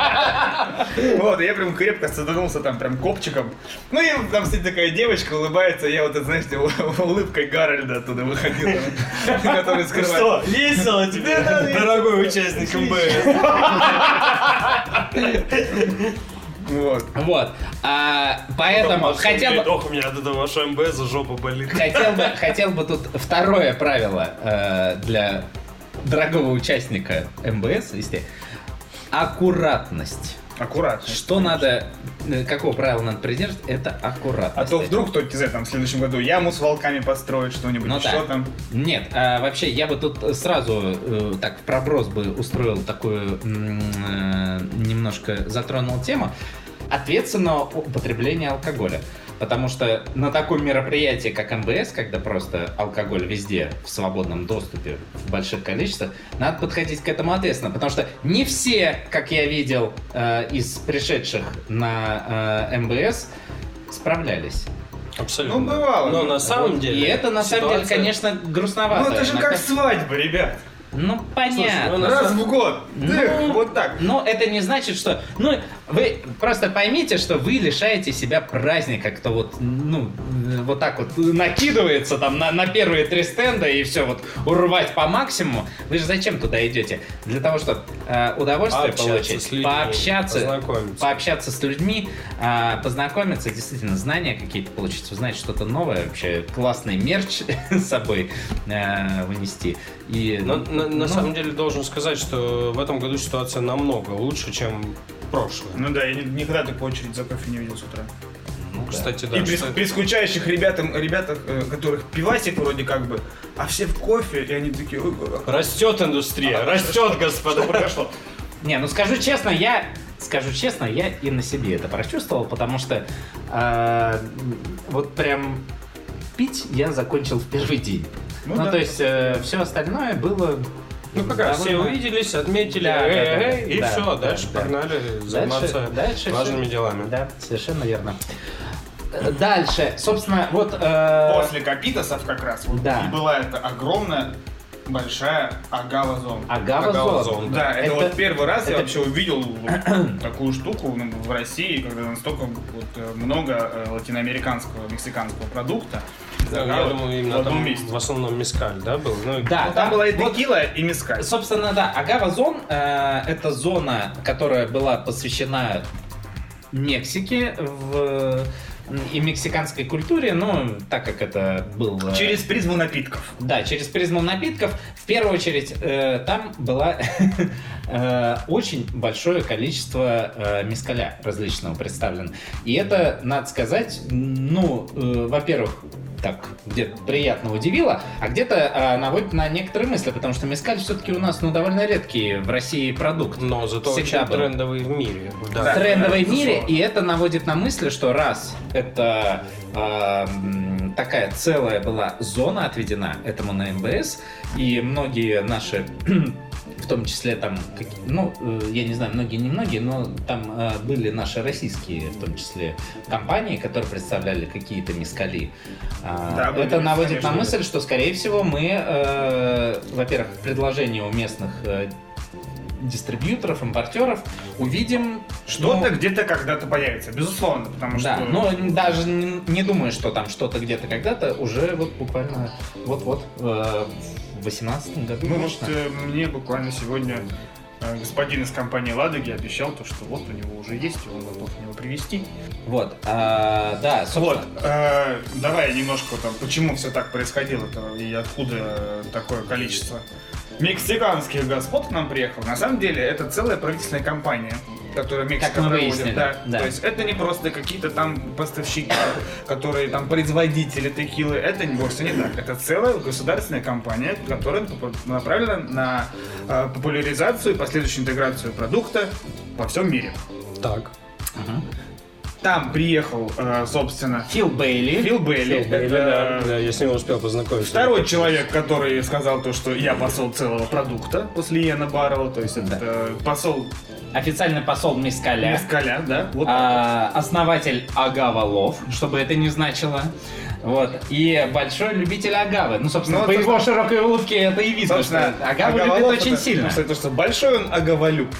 Speaker 1: Вот, я прям крепко саданулся там прям копчиком. Ну и там сидит такая девочка, улыбается, я вот, это, знаете, у- улыбкой Гарольда оттуда выходил, там, который скрывает.
Speaker 2: весело тебе, дорогой участник МБС?
Speaker 1: Вот.
Speaker 3: Вот. А, поэтому хотел бы...
Speaker 2: Ох, у меня от этого вашего МБС жопа болит.
Speaker 3: Хотел бы, хотел бы тут второе правило э, для дорогого участника МБС вести. Аккуратность.
Speaker 1: Аккуратно.
Speaker 3: Что надо, э, какого правила надо придерживать, это аккуратность.
Speaker 1: А то вдруг кто-то, не знаю, там в следующем году яму с волками построит, что-нибудь,
Speaker 3: Ну
Speaker 1: что
Speaker 3: да.
Speaker 1: там.
Speaker 3: Нет, а вообще я бы тут сразу э, так в проброс бы устроил такую м, э, немножко затронул тему ответственного употребления алкоголя. Потому что на таком мероприятии, как МБС, когда просто алкоголь везде в свободном доступе в больших количествах, надо подходить к этому ответственно. Потому что не все, как я видел, э, из пришедших на э, МБС справлялись.
Speaker 2: Абсолютно.
Speaker 1: Ну, бывало.
Speaker 2: Но на самом
Speaker 3: Вот.
Speaker 2: деле...
Speaker 3: И это на самом деле,
Speaker 2: ситуация-
Speaker 3: конечно, грустновато.
Speaker 1: Ну это же
Speaker 3: Иногда-
Speaker 1: как свадьба, ребят.
Speaker 3: Ну, понятно.
Speaker 2: Слушай, ну,
Speaker 1: Раз в год.
Speaker 3: Ну,
Speaker 1: Эх, вот так.
Speaker 3: Но это не значит, что... Ну, Вы просто поймите, что вы лишаете себя праздника, кто вот, ну, вот так вот накидывается там на, на первые три стенда и все вот урвать по максимуму. Вы же зачем туда идете? Для того, чтобы э, удовольствие
Speaker 2: Пообщаться
Speaker 3: получить,
Speaker 2: с людьми,
Speaker 3: пообщаться,
Speaker 2: познакомиться.
Speaker 3: пообщаться с людьми, э, познакомиться, действительно знания какие-то получить, узнать что-то новое, вообще классный мерч с собой э, вынести. И,
Speaker 2: Но, на, на
Speaker 3: ну,
Speaker 2: самом деле должен сказать, что в этом году ситуация намного лучше, чем прошлое.
Speaker 1: Ну да, я ни- никогда такой очередь за кофе не видел с утра.
Speaker 3: ну, да.
Speaker 2: Кстати, да.
Speaker 1: И при,
Speaker 2: что-
Speaker 1: при скучающих ребятам, ребятах, э, которых пивасик вроде как бы, а все в кофе, и они такие... «Ой, а
Speaker 2: Растет индустрия, растет, господа.
Speaker 1: что произошло?»
Speaker 3: Не, ну скажу честно, я скажу честно, я и на себе это прочувствовал, потому что э, вот прям пить я закончил в первый день.
Speaker 1: Ну
Speaker 3: Ну,
Speaker 1: да.
Speaker 3: то есть все остальное было.
Speaker 2: Ну как раз все
Speaker 3: довольно-
Speaker 2: увиделись, отметили,
Speaker 3: Да, да,
Speaker 2: эй,
Speaker 3: да,
Speaker 2: эй, и
Speaker 3: да,
Speaker 2: все,
Speaker 3: да,
Speaker 2: дальше
Speaker 3: да.
Speaker 2: погнали заниматься
Speaker 3: Дальше, дальше
Speaker 2: важными
Speaker 3: всё-
Speaker 2: делами.
Speaker 3: Да, совершенно верно. Э, Дальше, собственно, вот. э,
Speaker 1: После Капитосов как раз вот
Speaker 3: Да.
Speaker 1: и была эта огромная, большая агава-зона.
Speaker 3: Агава
Speaker 2: Агава
Speaker 3: зона.
Speaker 2: зона.
Speaker 1: Да, это,
Speaker 3: Это-
Speaker 1: вот первый раз я
Speaker 3: это-
Speaker 1: вообще увидел вот такую штуку ну, в России, когда настолько вот, э, много э, латиноамериканского, мексиканского продукта.
Speaker 2: Да,
Speaker 1: Да,
Speaker 2: я
Speaker 1: вот
Speaker 2: думаю,
Speaker 1: в
Speaker 2: именно
Speaker 1: одном
Speaker 2: там
Speaker 1: месте.
Speaker 2: в основном мескаль, да, был? Ну,
Speaker 3: Да,
Speaker 1: Ну, там была и
Speaker 3: вот,
Speaker 1: текила, и мескаль.
Speaker 3: собственно, да, Агава зон э, это зона, которая была посвящена Мексике в и мексиканской культуре, ну, так как это был... э,
Speaker 1: Через призму напитков.
Speaker 3: Да, через призму напитков. В первую очередь, э, там было э, очень большое количество э, мескаля различного представлено. И это, надо сказать, ну, э, во-первых, так, где-то приятно удивило, а где-то э, наводит на некоторые мысли, потому что мескаль все-таки у нас, ну, довольно редкий в России продукт.
Speaker 2: но зато
Speaker 3: Всегда
Speaker 2: очень
Speaker 3: был.
Speaker 2: трендовый в мире.
Speaker 1: Да.
Speaker 2: Да.
Speaker 3: Трендовой
Speaker 1: да,
Speaker 3: мире,
Speaker 1: безусловно.
Speaker 3: и это наводит на мысли, что раз это э, м, такая целая была зона отведена этому на эм бэ эс, и многие наши, в том числе там, какие- ну, э, я не знаю, многие, не многие, но там э, были наши российские, в том числе, компании, которые представляли какие-то мескали. А,
Speaker 1: Да, были,
Speaker 3: это наводит
Speaker 1: конечно,
Speaker 3: на мысль, что, скорее всего, мы, э, во-первых, предложение у местных э, дистрибьюторов, импортеров увидим
Speaker 1: Что-то
Speaker 3: ну,
Speaker 1: где-то когда-то появится, безусловно, потому
Speaker 3: да,
Speaker 1: что...
Speaker 3: но даже не, не думаю, что там что-то где-то когда-то уже вот буквально вот-вот э, в восемнадцатом году.
Speaker 1: Ну,
Speaker 3: точно.
Speaker 1: вот э, мне буквально сегодня э, господин из компании «Ладоги» обещал то, что вот у него уже есть, и он готов его привезти.
Speaker 3: Вот, а, да, собственно,
Speaker 1: Вот, э, давай немножко там, почему все так происходило-то и откуда э, такое количество мексиканских господ к нам приехало. На самом деле, это целая правительственная компания, которая Мексика
Speaker 3: Как мы
Speaker 1: проводит.
Speaker 3: выяснили,
Speaker 1: Да.
Speaker 3: да.
Speaker 1: То есть это не просто какие-то там поставщики, которые там производители текилы. Это вовсе не так. Это целая государственная компания, которая направлена на э, популяризацию и последующую интеграцию продукта во всем мире.
Speaker 2: Так.
Speaker 3: Мгм.
Speaker 1: Там приехал, э, собственно,
Speaker 3: Фил Бейли.
Speaker 1: Фил Бейли.
Speaker 2: Фил Бейли,
Speaker 1: Это
Speaker 2: да, да, я с ним успел познакомиться.
Speaker 1: второй человек, который сказал то, что я посол целого продукта после Иэна Баррелла, то есть это
Speaker 3: Да.
Speaker 1: э, посол
Speaker 3: Официальный посол Мескаля.
Speaker 1: Мескаля, да, вот.
Speaker 3: а, основатель Агава Лов, чтобы это не значило. Вот. И большой любитель агавы. Ну, собственно,
Speaker 1: Ну,
Speaker 3: по
Speaker 1: вот,
Speaker 3: его широкой улыбке это и видно,
Speaker 1: Собственно,
Speaker 3: что агаву любит
Speaker 1: Аговолов
Speaker 3: очень
Speaker 1: это,
Speaker 3: сильно.
Speaker 1: ну, кстати, то, что большой он аговолюб.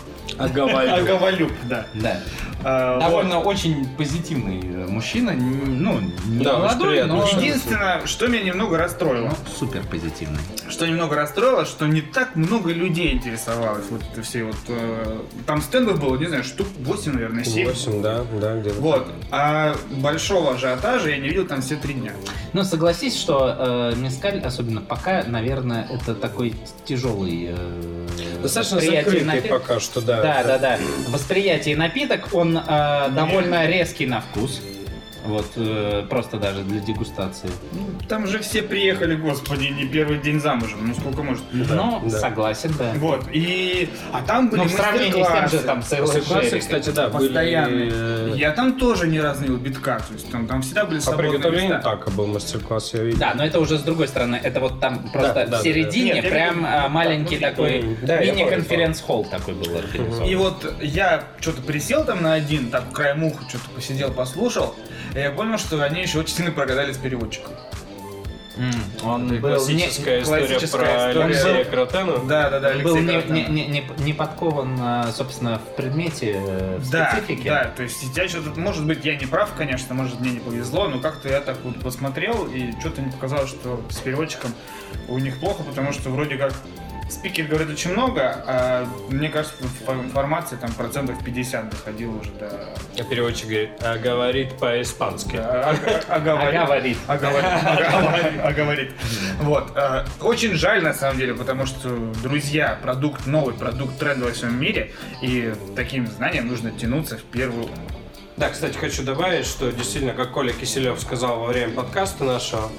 Speaker 1: Аговолюб, да.
Speaker 3: Да.
Speaker 1: А,
Speaker 3: Довольно очень позитивный э, мужчина, н- ну, не
Speaker 2: Да, очень
Speaker 3: молодой,
Speaker 2: приятно.
Speaker 3: но...
Speaker 1: вот. Единственное, что меня немного расстроило,
Speaker 3: Ну, супер позитивный.
Speaker 1: что немного расстроило, что не так много людей интересовалось вот это все вот. э, там стендов было, не знаю, штук восемь, наверное, семь.
Speaker 2: восемь, да, да, где-то.
Speaker 1: Вот. А большого ажиотажа я не видел там все три дня.
Speaker 3: Ну, согласись, что э, мескаль, особенно пока, наверное, это такой тяжелый э,
Speaker 2: Достаточно
Speaker 3: восприятие
Speaker 2: закрытый
Speaker 3: напит-
Speaker 2: пока что, да.
Speaker 3: Да, да, да. Восприятие напиток, он э, довольно резкий на вкус. Вот, э, просто даже для дегустации.
Speaker 1: Ну, там же все приехали, господи, не первый день замужем. Ну сколько может?
Speaker 3: Ну,
Speaker 2: да.
Speaker 3: согласен, да.
Speaker 1: Вот. И. А там были
Speaker 3: Ну, в сравнении с тем же
Speaker 1: мастер-классы.
Speaker 3: там Сейлор
Speaker 2: Мастер-классы,
Speaker 3: Джерри.
Speaker 2: кстати, да,
Speaker 1: Постоянно.
Speaker 2: были...
Speaker 1: Я там тоже ни разу не видел битка. То есть там, там всегда были
Speaker 2: По
Speaker 1: свободные
Speaker 2: приготовлению
Speaker 1: места.
Speaker 2: тако был мастер-класс, я видел.
Speaker 3: Да, но это уже с другой стороны. Это вот там просто
Speaker 2: Да, да,
Speaker 3: в середине
Speaker 1: да. Нет, я
Speaker 3: прям
Speaker 1: видел,
Speaker 3: а, маленький
Speaker 1: внутри.
Speaker 3: такой
Speaker 2: Да, я
Speaker 3: мини-конференц-холл такой был организован.
Speaker 1: И вот я что-то присел там на один, так краем уха что-то посидел, послушал, и я понял, что они еще очень сильно прогадали с переводчиком.
Speaker 3: Mm. Он
Speaker 2: Это
Speaker 3: был
Speaker 2: классическая
Speaker 3: не,
Speaker 2: история
Speaker 1: классическая
Speaker 2: про
Speaker 1: история.
Speaker 2: Алексея
Speaker 3: был-
Speaker 2: Кротена.
Speaker 1: Да, да, да,
Speaker 3: был
Speaker 1: Алексей
Speaker 3: не,
Speaker 1: Кротен.
Speaker 3: не, не, не, не подкован, а, собственно, в предмете, э, в
Speaker 1: Да,
Speaker 3: специфике.
Speaker 1: да, то есть я что-то, может быть, я не прав, конечно, может, мне не повезло, но как-то я так вот посмотрел, и что-то мне показалось, что с переводчиком у них плохо, потому что вроде как спикер говорит очень много, а мне кажется, в информации там процентов пятьдесят доходило уже до...
Speaker 2: А переводчик говорит, а говорит по-испански.
Speaker 1: А, а- а говорит.
Speaker 3: А говорит.
Speaker 1: А говорит. А говорит. А говорит. Вот. а, Очень жаль, на самом деле, потому что, друзья, продукт, новый продукт трендовый в всем мире, и таким знаниям нужно тянуться в первую.
Speaker 2: Да, кстати, хочу добавить, что действительно, как Коля Киселев сказал во время подкаста нашего,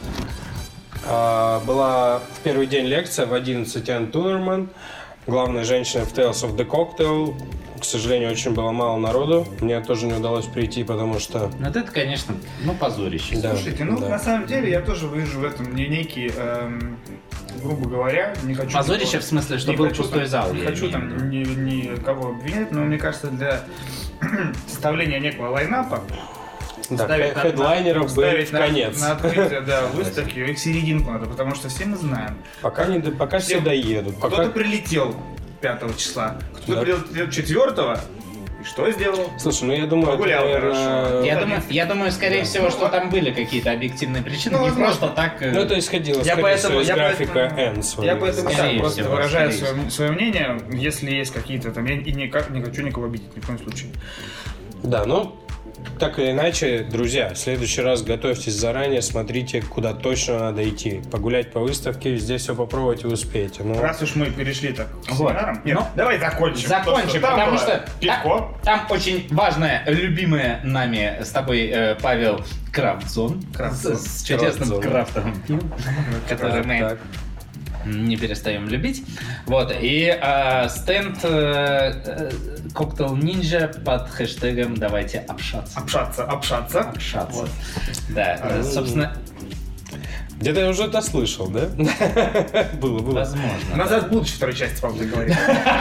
Speaker 2: а, была в первый день лекция в одиннадцать Энн Тунерман, главная женщина в Tales of the Cocktail. К сожалению, очень было мало народу. Мне тоже не удалось прийти, потому что...
Speaker 3: Вот это, конечно, ну, позорище.
Speaker 2: Да,
Speaker 1: Слушайте, ну,
Speaker 2: да.
Speaker 1: на самом деле, я тоже вижу в этом не некий, эм, грубо говоря, не хочу...
Speaker 3: Позорище
Speaker 1: никого-
Speaker 3: в смысле, что
Speaker 1: не
Speaker 3: был
Speaker 1: хочу
Speaker 3: пустой
Speaker 1: там-
Speaker 3: зал.
Speaker 1: Не
Speaker 3: я
Speaker 1: хочу
Speaker 3: имею в
Speaker 1: там
Speaker 3: виду.
Speaker 1: ни- никого обвинять, но мне кажется, для составления некого лайнапа
Speaker 2: Да,
Speaker 1: ставить на-
Speaker 2: хедлайнеров бы
Speaker 1: ставить
Speaker 2: в
Speaker 1: на-
Speaker 2: конец.
Speaker 1: На открытие, да, выставки, их серединку надо, потому что все мы знаем.
Speaker 2: Пока, не, до- пока все
Speaker 1: Всем-
Speaker 2: доедут.
Speaker 1: Кто-то
Speaker 2: Пока...
Speaker 1: прилетел пятого числа, кто-то
Speaker 2: Да.
Speaker 1: прилетел четвертого, и что сделал?
Speaker 2: Слушай, ну я думаю, это,
Speaker 1: Погулял
Speaker 2: наверное...
Speaker 1: хорошо.
Speaker 3: Я
Speaker 1: Ну,
Speaker 3: думаю, я думаю, скорее всего, что там были какие-то объективные причины,
Speaker 1: Ну,
Speaker 3: не
Speaker 1: возможно.
Speaker 3: просто так. э,
Speaker 2: Ну, это исходило,
Speaker 1: Я
Speaker 2: скорее
Speaker 1: поэтому-
Speaker 2: всего, из
Speaker 1: я
Speaker 2: графика
Speaker 1: поэтому-
Speaker 2: N своей.
Speaker 1: Я поэтому
Speaker 3: Скорее
Speaker 1: так просто
Speaker 3: всего,
Speaker 1: выражаю
Speaker 3: скорее
Speaker 1: свое, свое мнение, если есть какие-то там, я и никак не хочу никого обидеть, ни в коем случае.
Speaker 2: Да, ну, так или иначе, друзья, в следующий раз готовьтесь заранее, смотрите, куда точно надо идти. Погулять по выставке, везде все попробовать, вы успеете. Ну,
Speaker 1: Раз уж мы перешли так к
Speaker 3: Вот.
Speaker 1: семинарам, нет,
Speaker 3: Ну,
Speaker 1: давай закончим.
Speaker 3: Закончим,
Speaker 1: То, что там
Speaker 3: потому
Speaker 1: было
Speaker 3: что
Speaker 1: пивко.
Speaker 3: Там, там очень важное, любимое нами с тобой, э, Павел, крафт-зон.
Speaker 1: Крафт-зон.
Speaker 3: С, с чудесным
Speaker 2: Крафт-зон.
Speaker 3: крафтовым пивом, который мы
Speaker 2: так.
Speaker 3: не перестаем любить. Вот, и э, стенд э, э, Cocktail Ninja под хэштегом «Давайте общаться».
Speaker 1: Общаться, общаться.
Speaker 3: Общаться.
Speaker 1: Вот.
Speaker 3: Да, э, собственно,
Speaker 2: Где-то я уже это слышал, да? Было, было.
Speaker 3: возможно.
Speaker 1: Назад в будущее второй части, Павел, ты говоришь.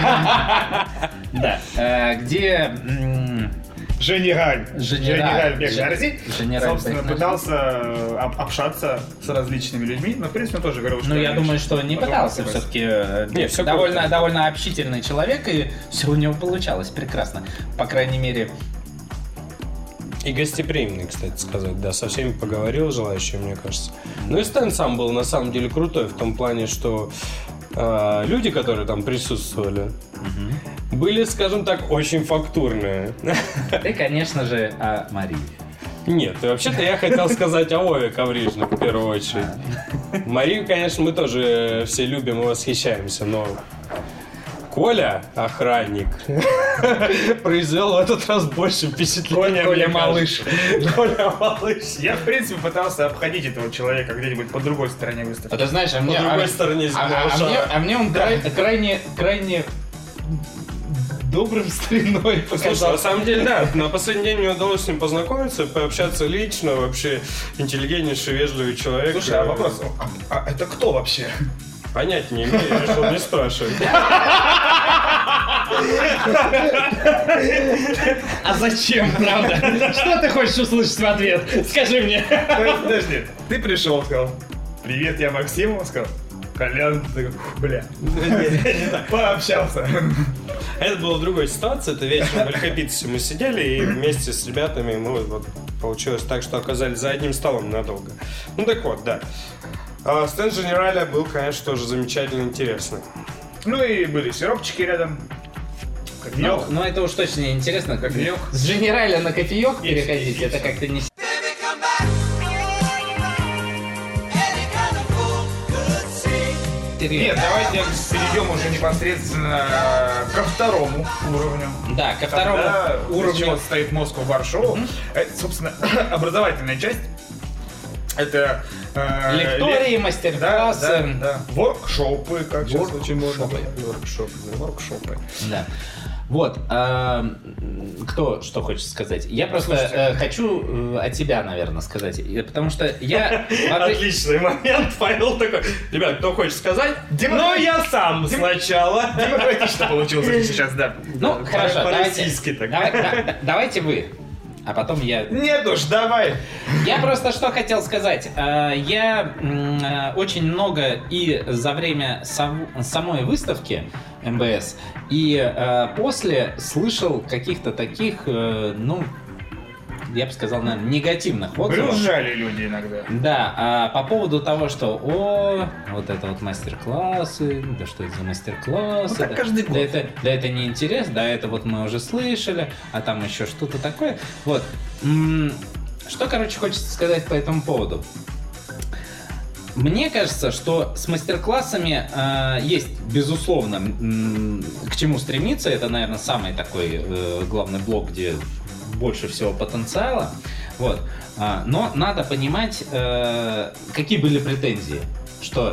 Speaker 3: Да, э, где... м,
Speaker 1: Женераль.
Speaker 3: Женераль.
Speaker 1: Бек Жарзи,
Speaker 3: Женераль
Speaker 1: собственно,
Speaker 3: Бек
Speaker 1: пытался э, об- общаться с различными людьми, но, в принципе, он тоже говорил, что...
Speaker 3: Ну, я
Speaker 1: они
Speaker 3: думаю,
Speaker 1: ж-
Speaker 3: что не
Speaker 1: потом
Speaker 3: пытался
Speaker 1: ошибались.
Speaker 3: все-таки.
Speaker 2: Не, всё
Speaker 3: довольно,
Speaker 2: круто.
Speaker 3: довольно общительный человек, и все у него получалось прекрасно. По крайней мере,
Speaker 2: И гостеприимный, кстати сказать, да, со всеми поговорил, желающими, мне кажется. Ну и стенд сам был на самом деле крутой в том плане, что э, люди, которые там присутствовали, были, скажем так, очень фактурные.
Speaker 3: ты, конечно же, о Марии.
Speaker 2: Нет, и вообще-то я хотел сказать о Вове Коврижном в первую очередь. Марию, конечно, мы тоже все любим и восхищаемся, но Коля, охранник, произвел в этот раз больше впечатления.
Speaker 3: Коля
Speaker 2: мне
Speaker 3: малыш.
Speaker 2: кажется. Коля малыш.
Speaker 1: Я, в принципе, пытался обходить этого человека где-нибудь по другой стороне выставки.
Speaker 3: А ты знаешь, а
Speaker 2: По
Speaker 3: мне,
Speaker 2: другой
Speaker 3: а-
Speaker 2: стороне
Speaker 3: а-
Speaker 2: земного
Speaker 3: а
Speaker 2: шара.
Speaker 3: мне, а мне он край- крайне, крайне добрым стариной
Speaker 2: Слушай, на
Speaker 3: показался.
Speaker 2: самом деле, да, на последний день мне удалось с ним познакомиться, пообщаться лично, вообще интеллигентнейший, вежливый человек.
Speaker 1: Слушай, а вопрос, а, а это кто вообще?
Speaker 2: Понять не имею, я решил не спрашивать.
Speaker 3: А зачем, правда? Что ты хочешь услышать в ответ? Скажи мне.
Speaker 1: Подожди, ты пришел, сказал, привет, я Максим, он сказал, Колян, ты такой, бля, пообщался.
Speaker 2: Это было в другой ситуации, это вечером в Альхапитсе мы сидели, и вместе с ребятами мы вот получилось так, что оказались за одним столом надолго. Ну так вот, да. А стенд Женераля был, конечно, тоже замечательно интересный.
Speaker 1: Ну и были сиропчики рядом,
Speaker 3: Ну,
Speaker 1: кофеек.
Speaker 3: ну это уж точно не интересно.
Speaker 1: Кофеек.
Speaker 3: С Женераля на кофеек
Speaker 1: Есть,
Speaker 3: переходить,
Speaker 1: есть,
Speaker 3: это
Speaker 1: есть.
Speaker 3: как-то не...
Speaker 1: Нет, давайте перейдем уже непосредственно ко второму уровню.
Speaker 3: Да, ко второму
Speaker 1: Когда
Speaker 3: уровню.
Speaker 1: уровню стоит Moscow Bar Show. Это, собственно, образовательная часть. Это э,
Speaker 3: Лектории,
Speaker 1: лек-
Speaker 3: мастер-классы.
Speaker 1: Да, да, да. Воркшопы, как сейчас очень модно.
Speaker 2: Воркшопы.
Speaker 1: Воркшопы.
Speaker 3: Да. Вот, а, м, кто что хочет сказать? Я просто
Speaker 1: Слушайте.
Speaker 3: э, хочу э, от тебя, наверное, сказать. И- Потому что я... во вре-
Speaker 2: Отличный момент, Павел такой, ребят, кто хочет сказать?
Speaker 1: Демокра-
Speaker 2: Ну, я сам сначала.
Speaker 1: Демократично получилось сейчас, да.
Speaker 3: Ну, хорошо, давайте,
Speaker 2: по-российски так.
Speaker 3: давай- да- да- давайте вы. а потом я...
Speaker 1: Нет уж, давай.
Speaker 3: Я просто что хотел сказать. Э, Я м, э, очень много и за время сам- самой выставки эм бэ эс, и э, после слышал каких-то таких, э, ну, я бы сказал, наверное, негативных отзывов.
Speaker 1: Брюзжали люди иногда.
Speaker 3: Да, а по поводу того, что о, вот это вот мастер-классы, да что это за мастер-классы,
Speaker 1: Ну, так
Speaker 3: да,
Speaker 1: каждый год.
Speaker 3: да это, да это не интересно, да это вот мы уже слышали, а там еще что-то такое. Вот. М, Что, короче, хочется сказать по этому поводу. Мне кажется, что с мастер-классами э, есть, безусловно, м, к чему стремиться. Это, наверное, самый такой э, главный блок, где больше всего потенциала. Вот. А, но надо понимать, э, какие были претензии. Что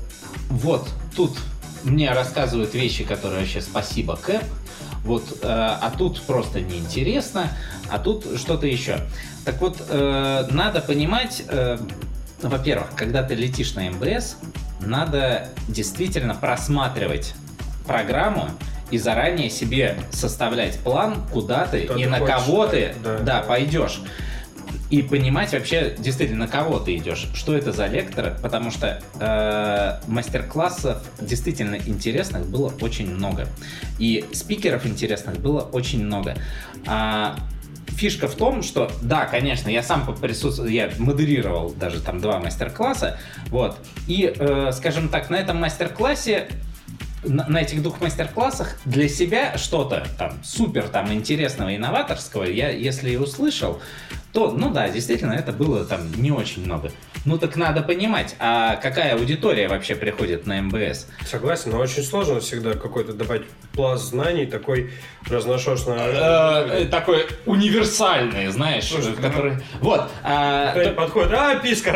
Speaker 3: вот тут мне рассказывают вещи, которые вообще спасибо, Кэп. Вот, э, а тут просто неинтересно, а тут что-то еще. Так вот, э, надо понимать, э, во-первых, когда ты летишь на эм бэ эс, надо действительно просматривать программу и заранее себе составлять план, куда ты
Speaker 2: Что
Speaker 3: и
Speaker 2: ты
Speaker 3: на
Speaker 2: хочешь,
Speaker 3: кого
Speaker 2: да,
Speaker 3: ты
Speaker 2: да.
Speaker 3: да, пойдешь. И понимать вообще действительно, на кого ты идешь, что это за лекторы, потому что э, мастер-классов действительно интересных было очень много. И спикеров интересных было очень много. А фишка в том, что, да, конечно, я сам присутствовал, я модерировал даже там два мастер-класса, вот, и, э, скажем так, на этом мастер-классе, на, на этих двух мастер-классах для себя что-то там супер там интересного и новаторского я, если и услышал, то, ну да, действительно, это было там не очень много. Ну так надо понимать, а какая аудитория вообще приходит на эм бэ эс?
Speaker 2: Согласен, но очень сложно всегда какой-то добавить пласт знаний, такой разношерстный.
Speaker 3: Э, Такой универсальный, знаешь,
Speaker 1: Слушай, ну,
Speaker 3: который... Вот. а,
Speaker 2: Кто-нибудь
Speaker 3: то-
Speaker 2: подходит, а, писка!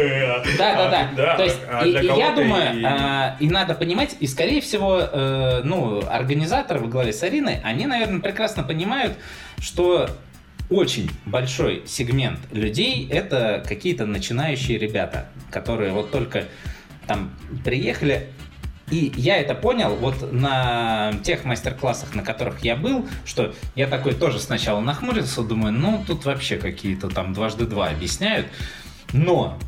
Speaker 3: Да, да,
Speaker 2: А,
Speaker 3: да. То есть,
Speaker 2: а
Speaker 3: и,
Speaker 2: для
Speaker 3: и я
Speaker 2: кого-то
Speaker 3: думаю,
Speaker 2: и-
Speaker 3: а, и надо понимать, и скорее всего, э, ну, организаторы во главе с Ариной, они, наверное, прекрасно понимают, что очень большой сегмент людей это какие-то начинающие ребята, которые вот только там приехали. И я это понял вот на тех мастер-классах, на которых я был, что я такой тоже сначала нахмурился, думаю, ну тут вообще какие-то там дважды два объясняют. Но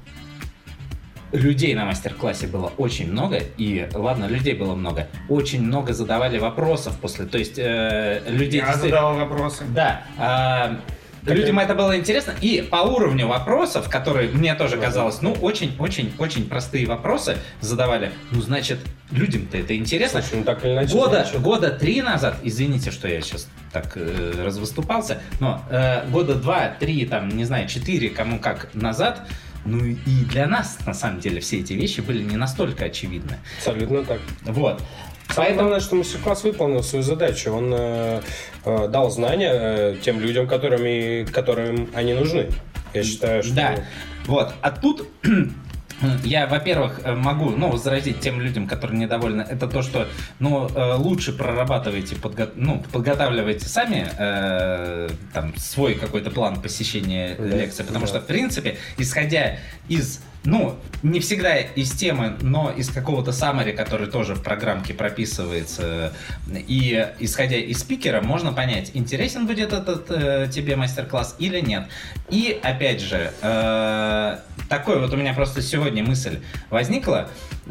Speaker 3: людей на мастер-классе было очень много, и ладно, людей было много, очень много задавали вопросов после, то есть э, людей...
Speaker 1: Я
Speaker 3: действительно-
Speaker 1: задавал вопросы.
Speaker 3: Да, а, людям это было интересно, и по уровню вопросов, которые мне тоже казалось, ну, очень-очень-очень простые вопросы задавали, ну, значит, людям-то это интересно.
Speaker 2: Слушай, ну так или иначе.
Speaker 3: Года,
Speaker 2: значит,
Speaker 3: года три назад, извините, что я сейчас так э, развыступался, но э, года два, три, там, не знаю, четыре, кому как назад, ну и для нас, на самом деле, все эти вещи были не настолько очевидны.
Speaker 2: Абсолютно так.
Speaker 3: Вот.
Speaker 2: Самое
Speaker 3: Поэтому...
Speaker 2: главное, что мастер-класс выполнил свою задачу. Он э, э, дал знания э, тем людям, которыми, которым они нужны. Я считаю, что...
Speaker 3: Да, вот. А тут я, во-первых, могу, ну, возразить тем людям, которые недовольны, это то, что, ну, э, лучше прорабатывайте, подго- ну, подготавливайте сами э, там свой какой-то план посещения
Speaker 2: Да,
Speaker 3: лекции, потому
Speaker 2: да.
Speaker 3: что, в принципе, исходя из, ну, не всегда из темы, но из какого-то summary, который тоже в программке прописывается, и исходя из спикера, можно понять, интересен будет этот э, тебе мастер-класс или нет. И, опять же, э, такой вот у меня просто сегодня мысль возникла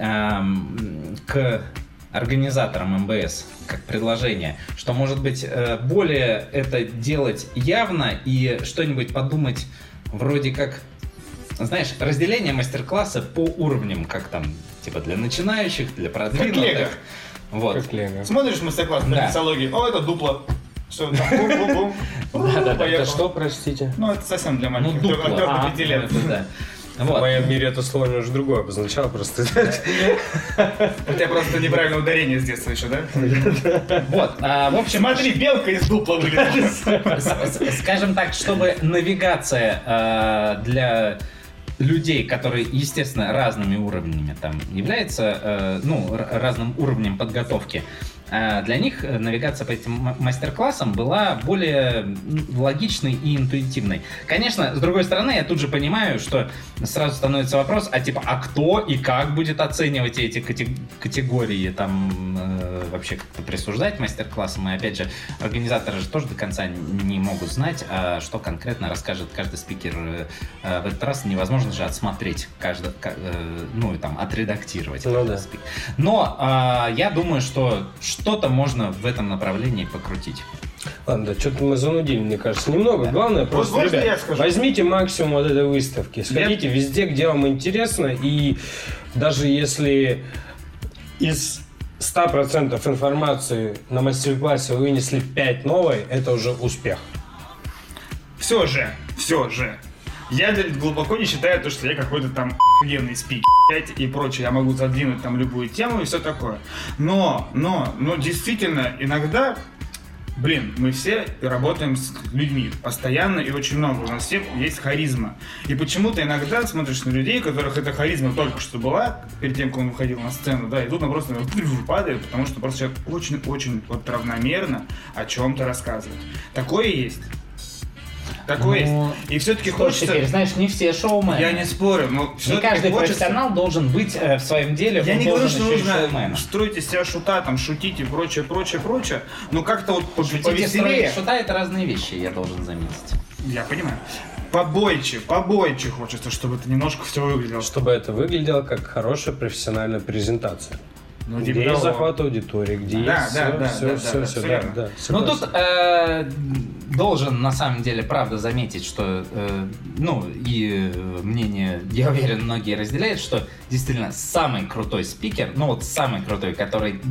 Speaker 3: эм, к организаторам эм бэ эс, как предложение, что, может быть, э, более это делать явно и что-нибудь подумать вроде как, знаешь, разделение мастер-класса по уровням, как там, типа для начинающих, для
Speaker 1: Как Лего.
Speaker 3: продвинутых. Вот.
Speaker 2: Как Лего.
Speaker 1: Смотришь мастер-класс по
Speaker 3: Да.
Speaker 1: миксологии, о, это дупло. Все, там, бум-бум-бум.
Speaker 3: Да-да-да.
Speaker 1: Поехал.
Speaker 2: Это что, простите?
Speaker 1: Ну, это совсем для
Speaker 3: Ну,
Speaker 1: маленьких,
Speaker 3: дупло.
Speaker 1: от трех до
Speaker 3: А,
Speaker 1: пяти лет.
Speaker 3: ну, это да.
Speaker 2: В
Speaker 3: Вот.
Speaker 2: моем мире это слово немножко другое обозначало просто.
Speaker 1: У тебя просто неправильное ударение с детства еще, да?
Speaker 3: Вот. а, в общем,
Speaker 1: Смотри, белка из дупла вылезла.
Speaker 3: С- с- скажем так, чтобы навигация э, для людей, которые, естественно, разными уровнями там является, э, ну, р- разным уровнем подготовки, э, для них навигация по этим м- мастер-классам была более логичной и интуитивной. Конечно, с другой стороны, я тут же понимаю, что сразу становится вопрос, а типа, а кто и как будет оценивать эти кати- категории, там, э, вообще как-то присуждать мастер-классам, и опять же, организаторы же тоже до конца не могут знать, а что конкретно расскажет каждый спикер э, в этот раз. Невозможно же отсмотреть каждый, э, ну и там отредактировать.
Speaker 2: Ну, да.
Speaker 3: спикер. Но э, я думаю, что что-то можно в этом направлении покрутить.
Speaker 2: Ладно, да, что-то мы занудили, мне кажется, немного.
Speaker 3: Да.
Speaker 2: Главное, просто,
Speaker 1: можно
Speaker 2: ребят,
Speaker 1: я скажу?
Speaker 2: возьмите максимум от этой выставки, сходите
Speaker 1: Я-
Speaker 2: везде, где вам интересно, и даже если из ста процентов информации на мастер-классе вы вынесли пять новой, это уже успех.
Speaker 1: Все же, все же. Я глубоко не считаю то, что я какой-то там охуенный спикер и прочее. Я могу задвинуть там любую тему и все такое. Но, но, но действительно, иногда, блин, мы все работаем с людьми постоянно и очень много. У нас всех есть харизма. И почему-то иногда смотришь на людей, у которых эта харизма только что была, перед тем, как он выходил на сцену, да, и тут он просто падает, потому что просто человек очень-очень вот равномерно о чем-то рассказывает. Такое есть. Такое
Speaker 3: Ну,
Speaker 1: есть. И все-таки
Speaker 3: Что
Speaker 1: хочется...
Speaker 3: теперь, знаешь, не все шоумены.
Speaker 1: Я не спорю, но
Speaker 3: Не
Speaker 1: все-таки
Speaker 3: каждый
Speaker 1: хочется...
Speaker 3: профессионал должен быть э, в своем деле.
Speaker 1: Я
Speaker 3: он
Speaker 1: не говорю,
Speaker 3: должен
Speaker 1: что
Speaker 3: еще и
Speaker 1: нужно
Speaker 3: шоуменом.
Speaker 1: строить из себя шута, там, шутить и прочее, прочее, прочее, но как-то вот по-
Speaker 3: Шутить и
Speaker 1: повеселее.
Speaker 3: строить шута — это разные вещи, я должен заметить.
Speaker 1: Я понимаю. Побойче, побойче хочется, чтобы это немножко все выглядело.
Speaker 2: Чтобы это выглядело как хорошая профессиональная презентация.
Speaker 1: Ну,
Speaker 2: Где
Speaker 1: типа
Speaker 2: есть
Speaker 1: того.
Speaker 2: захват аудитории, где
Speaker 1: Да,
Speaker 2: есть
Speaker 1: да,
Speaker 2: все,
Speaker 1: да,
Speaker 2: все,
Speaker 1: да,
Speaker 2: все,
Speaker 1: да,
Speaker 2: все,
Speaker 1: всё
Speaker 2: да,
Speaker 1: верно.
Speaker 2: да,
Speaker 3: Ну
Speaker 2: согласен.
Speaker 3: тут э, должен на самом деле правда заметить, что, э, ну и э, мнение, я уверен, многие разделяют, что действительно самый крутой спикер, ну вот самый крутой, который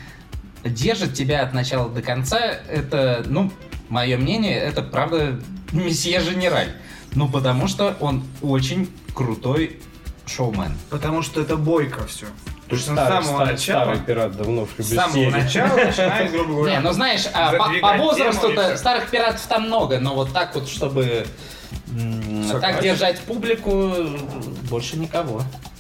Speaker 3: держит тебя от начала до конца, это, ну, мое мнение, это правда месье Женераль. Ну потому что он очень крутой шоумен.
Speaker 1: Потому что это бойко все. То есть он с
Speaker 2: Старый,
Speaker 1: самого
Speaker 2: старый,
Speaker 1: начала,
Speaker 2: старый пират давно в
Speaker 1: с самого
Speaker 2: флебустере.
Speaker 1: начала начинает, грубо
Speaker 3: Не,
Speaker 1: говоря,
Speaker 3: ну знаешь, а, по,
Speaker 1: задвигать
Speaker 3: по
Speaker 1: тему и
Speaker 3: возрасту-то
Speaker 1: всё.
Speaker 3: старых пиратов там много, но вот так вот, чтобы м,
Speaker 2: Согласен.
Speaker 3: так держать публику, больше никого.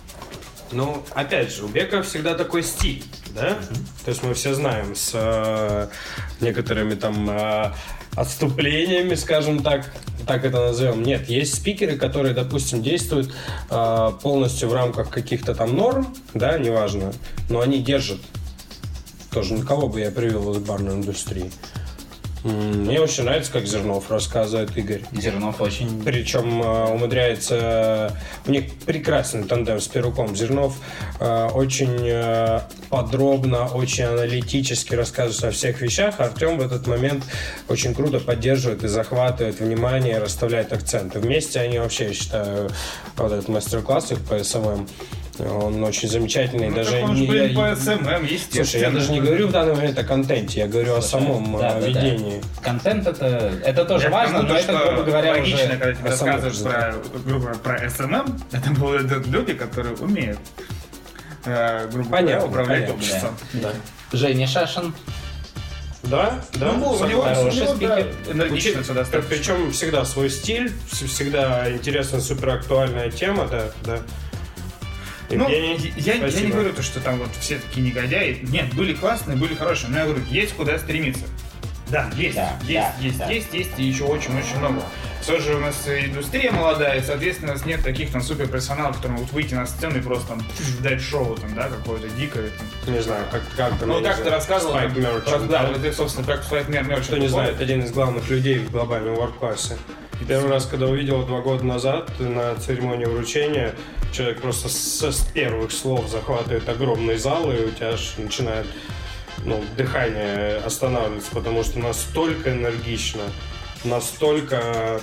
Speaker 2: Ну, опять же, у Бека всегда такой стиль, да? То есть мы все знаем с э, некоторыми там э, отступлениями, скажем так, так это назовем. Нет, есть спикеры, которые, допустим, действуют э, полностью в рамках каких-то там норм, да, неважно, но они держат. Тоже, кого бы я привел из барной индустрии? М, Мне очень нравится, как Зернов рассказывает, Игорь.
Speaker 3: Зернов очень...
Speaker 2: Причем э, умудряется... У них прекрасный тандем с Перуком. Зернов э, очень э, подробно, очень аналитически рассказывает о всех вещах. А Артем в этот момент очень круто поддерживает и захватывает внимание, расставляет акценты. Вместе они вообще, я считаю, вот этот мастер-класс их по эс эм эм, он очень замечательный.
Speaker 1: Ну,
Speaker 2: даже
Speaker 1: так он же,
Speaker 2: не-
Speaker 1: блин,
Speaker 2: я-
Speaker 1: по эс эм эм, естественно.
Speaker 2: Слушай, я даже не говорю в данный момент о контенте, я говорю о самом
Speaker 3: Да,
Speaker 2: э,
Speaker 3: да, да.
Speaker 2: ведении.
Speaker 3: Контент это, это тоже
Speaker 1: Я к
Speaker 3: важно,
Speaker 1: тому,
Speaker 3: но
Speaker 1: то,
Speaker 3: это,
Speaker 1: что
Speaker 3: грубо говоря,
Speaker 1: логично,
Speaker 3: уже...
Speaker 1: когда тебе
Speaker 2: Основной
Speaker 1: рассказываешь про, грубо говоря, про эс эм эм, это будут люди, которые умеют, э, грубо говоря,
Speaker 2: Понятно,
Speaker 1: управлять
Speaker 2: понятно,
Speaker 1: обществом.
Speaker 2: Да.
Speaker 3: Женя Шашин.
Speaker 2: Да, да.
Speaker 1: Ну, у него,
Speaker 3: хороший
Speaker 1: у него, да,
Speaker 3: спикер.
Speaker 1: энергично все достаточно.
Speaker 2: Причем всегда свой стиль, вс- всегда интересная, суперактуальная тема, да, да.
Speaker 1: Ну,
Speaker 2: Евгений,
Speaker 1: я, я не
Speaker 2: спасибо.
Speaker 1: говорю, то, что там вот все такие негодяи. Нет, были классные, были хорошие. Но я говорю, есть куда стремиться. Да, есть,
Speaker 3: Да,
Speaker 1: есть,
Speaker 3: да,
Speaker 1: есть,
Speaker 3: да.
Speaker 1: есть, есть, и еще очень-очень много. Все же у нас индустрия молодая, и, соответственно, у нас нет таких там суперперсоналов, которые могут выйти на сцену и просто там пф, дать шоу там, да, какое-то дикое. Там.
Speaker 2: Не знаю, как, как там,
Speaker 1: Ну,
Speaker 2: я не
Speaker 1: как ты
Speaker 2: знаю,
Speaker 1: рассказывал,
Speaker 2: Spike
Speaker 1: там,
Speaker 2: Merchant,
Speaker 1: про- да,
Speaker 2: да?
Speaker 1: вот это, собственно, как Spike Merchant.
Speaker 2: Кто не знает, один из главных людей в глобальном ворк-классе. Первый раз, когда увидел два года назад на церемонии вручения, человек просто со с первых слов захватывает огромный зал, и у тебя аж начинает ну, дыхание останавливаться, потому что настолько энергично, настолько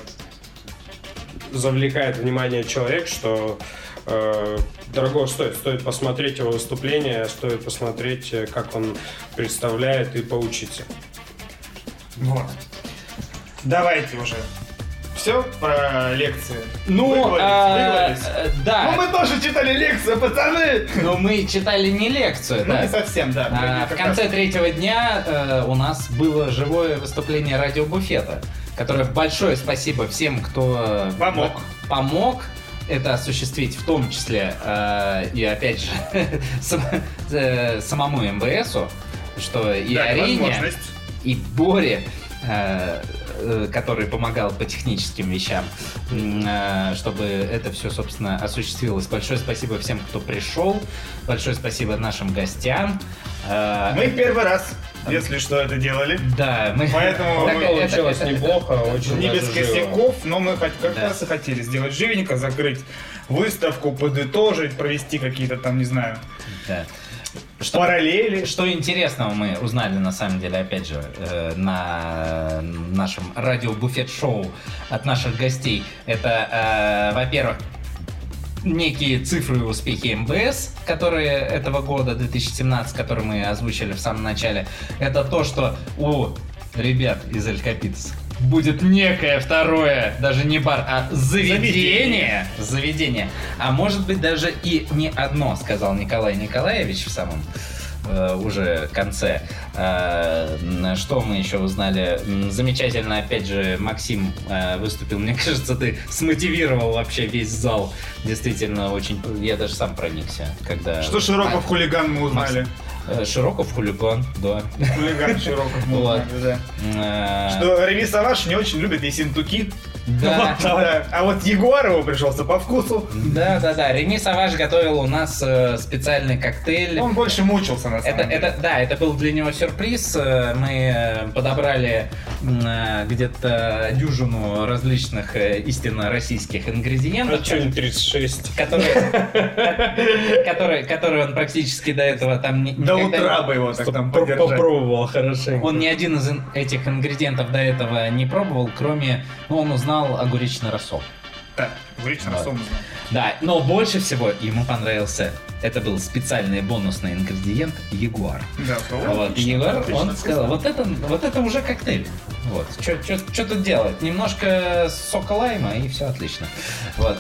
Speaker 2: завлекает внимание человек, что э, дорого стоит. Стоит посмотреть его выступление, стоит посмотреть, э, как он представляет, и поучиться.
Speaker 1: Вот. Давайте уже. Все про лекции?
Speaker 3: Ну,
Speaker 1: Выговорились,
Speaker 3: а,
Speaker 1: выговорились.
Speaker 3: э, да.
Speaker 1: Ну, мы тоже читали лекцию, пацаны!
Speaker 3: Но мы читали не лекцию,
Speaker 1: Ну,
Speaker 3: да.
Speaker 1: не совсем, да.
Speaker 3: А,
Speaker 1: Как
Speaker 3: в конце
Speaker 1: раз-
Speaker 3: третьего дня э, у нас было живое выступление радиобуфета, которое большое спасибо всем, кто э,
Speaker 1: Помог.
Speaker 3: помог это осуществить, в том числе э, и опять же сам- э, самому эм бэ эсу. что и
Speaker 1: Да,
Speaker 3: Арине,
Speaker 1: возможность.
Speaker 3: и Боре, э, э, который помогал по техническим вещам, э, чтобы это все, собственно, осуществилось. Большое спасибо всем, кто пришел. Большое спасибо нашим гостям. Э,
Speaker 1: Мы первый раз, если что, это делали.
Speaker 3: Да, мы...
Speaker 1: Поэтому
Speaker 3: Так,
Speaker 1: мы
Speaker 3: это-
Speaker 2: Получилось
Speaker 3: это-
Speaker 2: неплохо, очень
Speaker 1: Не
Speaker 2: даже
Speaker 1: без
Speaker 2: живо.
Speaker 1: косяков, но мы хоть- как
Speaker 3: Да.
Speaker 1: раз и хотели сделать живенько, закрыть выставку, подытожить, провести какие-то там, не знаю,
Speaker 3: Да. Что,
Speaker 1: параллели.
Speaker 3: что интересного мы узнали, на самом деле, опять же, э, на нашем радио-буфет-шоу от наших гостей. Это, э, во-первых, некие цифры и успехи МБС, которые этого года, две тысячи семнадцатого, которые мы озвучили в самом начале. Это то, что у ребят из Эль Капитас будет некое второе, даже не бар, а заведение. Заведение. А может быть даже и не одно, сказал Николай Николаевич в самом э, уже конце. Э, что мы еще узнали? М, Замечательно, опять же, Максим э, выступил. Мне кажется, ты смотивировал вообще весь зал. Действительно, очень... Я даже сам проникся, когда...
Speaker 1: Что Широков хулиган мы узнали.
Speaker 3: Э, Широков хулиган, да.
Speaker 1: Хулиган Широков мы
Speaker 3: Вот.
Speaker 1: узнали, да.
Speaker 3: Э,
Speaker 1: Что Реми Саваш не очень любит ессентуки.
Speaker 3: Да.
Speaker 1: Вот, да. А вот Ягуар его пришелся по вкусу.
Speaker 3: Да, да, да. Реми Саваш готовил у нас э, специальный коктейль.
Speaker 1: Он больше мучился, на самом
Speaker 3: Это,
Speaker 1: деле.
Speaker 3: это, да, это был для него сюрприз. Э, Мы э, подобрали м, э, где-то дюжину различных э, истинно российских ингредиентов,
Speaker 2: А что не тридцать шесть?
Speaker 3: которые, которые, которые он практически до этого там ни-
Speaker 1: До
Speaker 3: никогда-
Speaker 1: утра бы его так там подержать.
Speaker 2: Попробовал хорошенько.
Speaker 3: Он ни один из ин- этих ингредиентов до этого не пробовал, кроме, ну, он узнал огуречный рассол.
Speaker 1: Так, гречный
Speaker 3: Вот.
Speaker 1: рассол мы знаем.
Speaker 3: Да, но больше всего ему понравился, это был специальный бонусный ингредиент ягуар.
Speaker 1: Да, то
Speaker 3: А вот
Speaker 1: отлично,
Speaker 3: Егор,
Speaker 1: отлично
Speaker 3: он сказал, вот это, вот это уже коктейль. Вот, что тут делать? Немножко сока лайма и все отлично. Вот.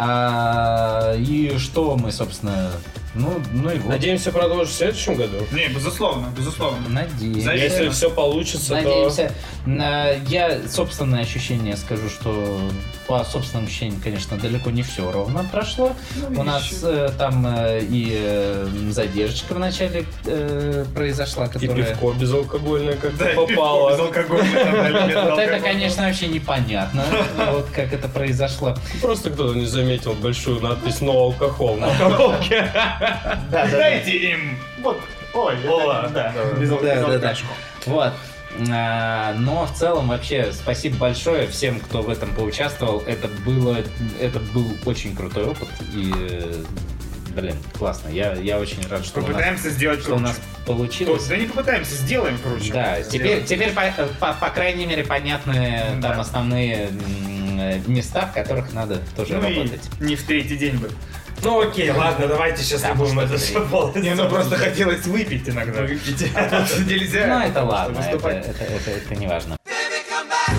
Speaker 3: А, и что мы, собственно, ну, ну и вот.
Speaker 2: Надеемся продолжить в следующем году.
Speaker 1: Не, безусловно, безусловно.
Speaker 3: Надеемся.
Speaker 1: За-
Speaker 2: Если все получится,
Speaker 3: Надеемся. На- Я собственное ощущение скажу, что по собственным ощущениям, конечно, далеко не все ровно прошло. У нас э, там э, и э, задержка вначале э, произошла,
Speaker 2: то и
Speaker 3: которая...
Speaker 2: пивко безалкогольное как-то
Speaker 1: Да,
Speaker 2: попало.
Speaker 1: безалкогольное.
Speaker 3: Вот это, конечно, вообще непонятно, вот как это произошло.
Speaker 2: Просто кто-то не заметил большую надпись «No алкоголь» на коробке.
Speaker 1: Дайте им. Вот. Ой,
Speaker 2: О,
Speaker 1: да,
Speaker 3: Да,
Speaker 1: без
Speaker 3: да, да.
Speaker 1: алкашку.
Speaker 3: Вот. А, но в целом вообще спасибо большое всем, кто в этом поучаствовал. Это было, это был очень крутой опыт и, э, блин, классно. Я, я очень рад, что у нас,
Speaker 1: Попытаемся сделать
Speaker 3: что у нас
Speaker 1: круче.
Speaker 3: получилось.
Speaker 1: Да не попытаемся, сделаем круче.
Speaker 3: Да, теперь, теперь по, по, по крайней мере понятны
Speaker 1: Да.
Speaker 3: там основные м, места, в которых надо тоже
Speaker 1: Ну и
Speaker 3: работать.
Speaker 1: не в третий день бы.
Speaker 2: Ну окей, ладно, давайте сейчас не будем это все полностью.
Speaker 1: Не, ну просто хотелось выпить иногда.
Speaker 2: Выпить.
Speaker 1: А тут нельзя.
Speaker 3: Ну это
Speaker 1: потому что
Speaker 3: ладно, это,
Speaker 1: выступать.
Speaker 3: это, это, это не важно.
Speaker 5: Baby, come back.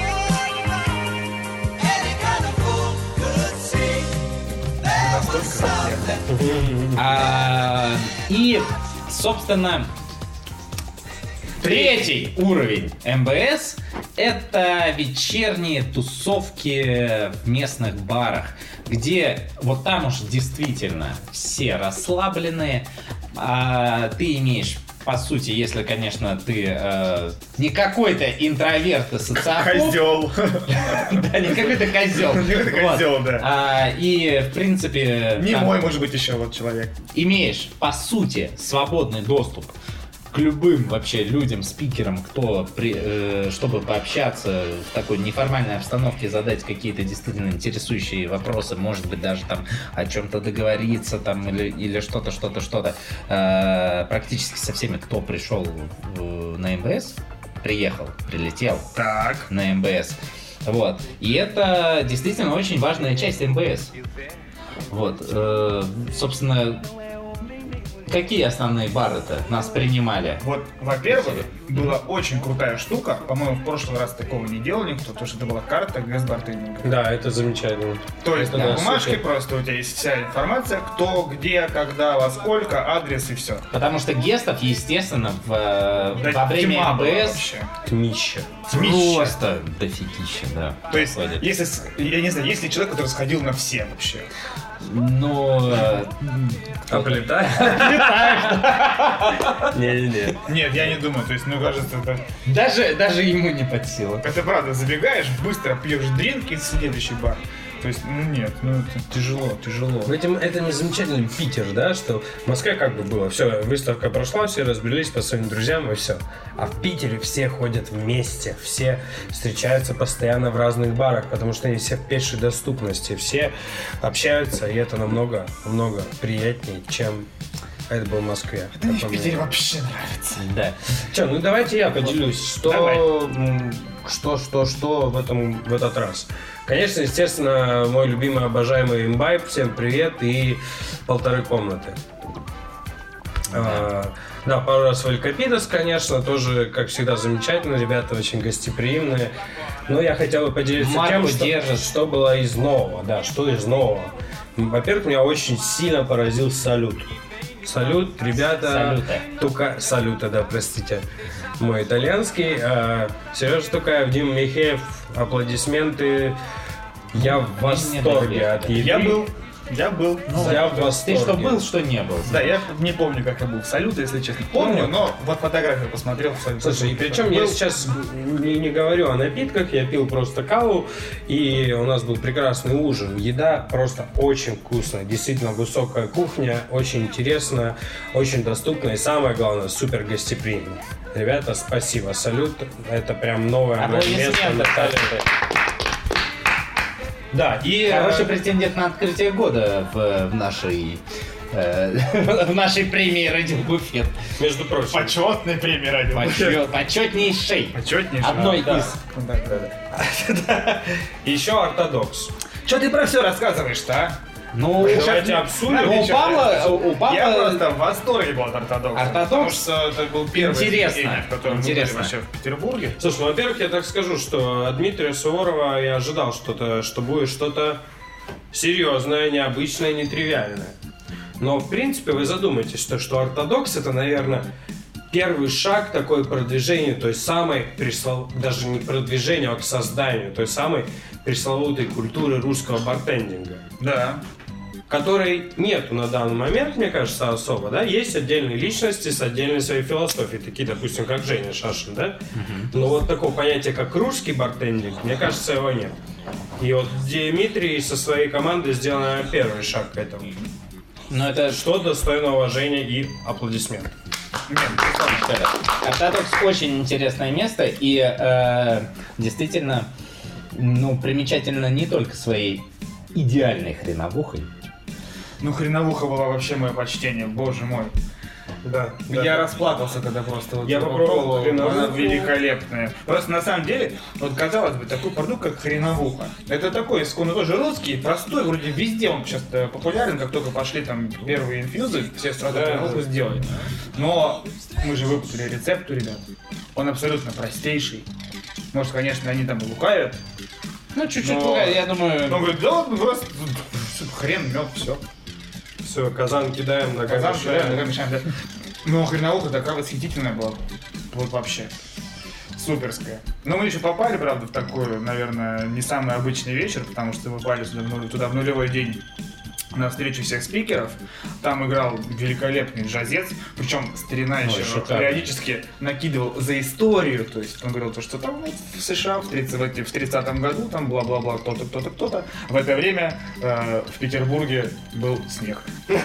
Speaker 5: Any kind of fool could see there was something.
Speaker 3: А, и, собственно, третий уровень МБС – это вечерние тусовки в местных барах, где вот там уж действительно все расслабленные. А ты имеешь, по сути, если, конечно, ты э, не какой-то интроверт и социофоб,
Speaker 1: Козел.
Speaker 3: да, не какой-то козел.
Speaker 1: Не какой-то
Speaker 3: Вот.
Speaker 1: козел, да.
Speaker 3: А, и, в принципе,
Speaker 1: Не
Speaker 3: там
Speaker 1: мой, может быть, еще вот человек.
Speaker 3: имеешь, по сути, свободный доступ к любым вообще людям, спикерам, кто, при- э, чтобы пообщаться в такой неформальной обстановке, задать какие-то действительно интересующие вопросы, может быть, даже там о чем-то договориться там или, или что-то, что-то, что-то. Э, практически со всеми, кто пришел в- на МБС, приехал, прилетел
Speaker 1: Так.
Speaker 3: на МБС. Вот. И это действительно очень важная часть МБС. Вот. Э, собственно, какие основные бары-то нас принимали?
Speaker 1: Вот, во-первых, была очень крутая штука. По-моему, в прошлый раз такого не делал никто, потому что это была карта гэс-бартендинга.
Speaker 2: Да, это замечательно.
Speaker 1: То есть
Speaker 2: Это
Speaker 1: на
Speaker 2: да,
Speaker 1: бумажке
Speaker 2: супер.
Speaker 1: просто у тебя есть вся информация, кто, где, когда, во сколько, адрес и все.
Speaker 3: Потому что гестов, естественно, в, э,
Speaker 1: Да
Speaker 3: во время
Speaker 1: тьма была
Speaker 3: МБС
Speaker 1: вообще.
Speaker 2: Тмища.
Speaker 3: просто дофигища, да.
Speaker 1: То есть,
Speaker 3: происходит.
Speaker 1: если, с- я не знаю, есть ли человек, который сходил на все вообще?
Speaker 3: Но э,
Speaker 2: А полетаешь? Не-не-не.
Speaker 1: Нет, я не думаю, то есть, мне кажется, это...
Speaker 3: Даже, даже ему не под силу.
Speaker 1: Это правда, забегаешь, быстро пьешь дринк и следующий бар. То есть, ну нет, ну это тяжело, тяжело.
Speaker 2: В этом, этом замечательный Питер, да, что в Москве как бы было, все, выставка прошла, все разбрелись по своим друзьям и все. А в Питере все ходят вместе, все встречаются постоянно в разных барах, потому что они все в пешей доступности, все общаются, и это намного, намного приятнее, чем это было в Москве.
Speaker 1: Мне в Питере вообще нравится.
Speaker 3: Да.
Speaker 2: Че, ну давайте я поделюсь, что,
Speaker 1: Давай.
Speaker 2: м, что, что, что в, этом, в этот раз. Конечно, естественно, мой любимый, обожаемый имбайб, всем привет, и полторы комнаты. А, да, пару раз в Элькапидос, конечно, тоже, как всегда, замечательно, ребята очень гостеприимные. Но я хотел бы поделиться
Speaker 3: Марку
Speaker 2: тем, что,
Speaker 3: держит.
Speaker 2: что было из нового, да, что из нового. Во-первых, меня очень сильно поразил салют. Салют, ребята.
Speaker 3: Салюта.
Speaker 2: Тука... Салюта, да, простите. Мой итальянский. А, Сережа Тукаев, Дима Михеев, аплодисменты. Я в восторге от еды.
Speaker 1: Я был, я был.
Speaker 2: Я в
Speaker 3: Ты
Speaker 2: восторге.
Speaker 3: что был, что не был.
Speaker 1: Да, я не помню, как я был в салюте, если честно. Помню, но вот фотографию посмотрел в салюте.
Speaker 2: Слушай, и причем я сейчас не, не говорю о напитках, я пил просто каву, и у нас был прекрасный ужин. Еда просто очень вкусная, действительно высокая кухня, очень интересная, очень доступная и самое главное, супер гостеприимная. Ребята, спасибо, салют, это прям новое место.
Speaker 3: Аплодисменты, салюты.
Speaker 2: Да, и
Speaker 3: Хороший
Speaker 2: э,
Speaker 3: претендент на открытие года в, в нашей э, в нашей премии «Радиобуфет».
Speaker 2: между прочим,
Speaker 1: Почетный премии радио.
Speaker 3: Почет, почетнейшей.
Speaker 1: Почетнейший.
Speaker 3: Одной
Speaker 2: да.
Speaker 3: из.
Speaker 1: Да, да, да.
Speaker 2: еще ортодокс.
Speaker 1: Что ты про все рассказываешь-то, а?
Speaker 3: Ну,
Speaker 2: Давайте обсудим.
Speaker 3: Ну, у Павла, у Павла
Speaker 1: Я просто в восторге был от ортодокса.
Speaker 3: Ортодокс?
Speaker 1: Потому что это был первый
Speaker 3: Интересно.
Speaker 1: заведение, в котором мы были
Speaker 3: Интересно.
Speaker 1: вообще в Петербурге.
Speaker 2: Слушай, ну, во-первых, я так скажу, что от Дмитрия Суворова я ожидал что-то, что будет что-то серьезное, необычное, нетривиальное. Но, в принципе, вы задумаетесь, что, что ортодокс — это, наверное, первый шаг такой продвижения той самой, преслов... даже не продвижения, а к созданию той самой пресловутой культуры русского бартендинга,
Speaker 1: Да.
Speaker 2: которой нету на данный момент, мне кажется, особо, да, есть отдельные личности с отдельной своей философией, такие, допустим, как Женя Шашин, да, но вот такого понятия, как русский бартендинг, мне кажется, его нет. И вот Дмитрий со своей командой сделал, наверное, первый шаг к этому,
Speaker 3: ну это
Speaker 2: что достойно уважения и аплодисментов.
Speaker 1: Нет, безусловно.
Speaker 3: Ортодокс очень интересное место и э, действительно, ну, примечательно не только своей идеальной хреновухой.
Speaker 1: Ну, хреновуха была вообще мое почтение, боже мой.
Speaker 2: Да,
Speaker 1: Я расплакался, когда просто вот
Speaker 2: Я попробовал хреновуху.
Speaker 1: Она великолепная. Просто на самом деле, вот казалось бы, такой продукт, как хреновуха. Это такой, он тоже русский, простой, вроде везде он сейчас популярен, как только пошли там первые инфьюзы, все сразу
Speaker 2: Да.
Speaker 1: хреновуху сделали. Но мы же выпустили рецепт у ребят. Он абсолютно простейший. Может, конечно, они там и лукавят.
Speaker 3: Ну, чуть-чуть,
Speaker 1: Но-
Speaker 3: я думаю...
Speaker 1: Но он говорит, да, вот просто хрен, мед, все.
Speaker 2: Все, казан кидаем, ногами
Speaker 1: Казан,
Speaker 2: швыряем.
Speaker 1: да, ногами мешаем, да. Но хреновуха такая восхитительная была. Вот вообще. Суперская. Но мы еще попали, правда, в такой, наверное, не самый обычный вечер, потому что мы попали сюда, в нуль- туда в нулевой день на встречу всех спикеров. Там играл великолепный джазец, причем старина еще
Speaker 3: шикарно.
Speaker 1: периодически накидывал за историю, то есть он говорил, то, что там вот в США в тридцатом, в тридцатом году там бла-бла-бла, кто-то, кто-то, кто-то. В это время э, в Петербурге был снег.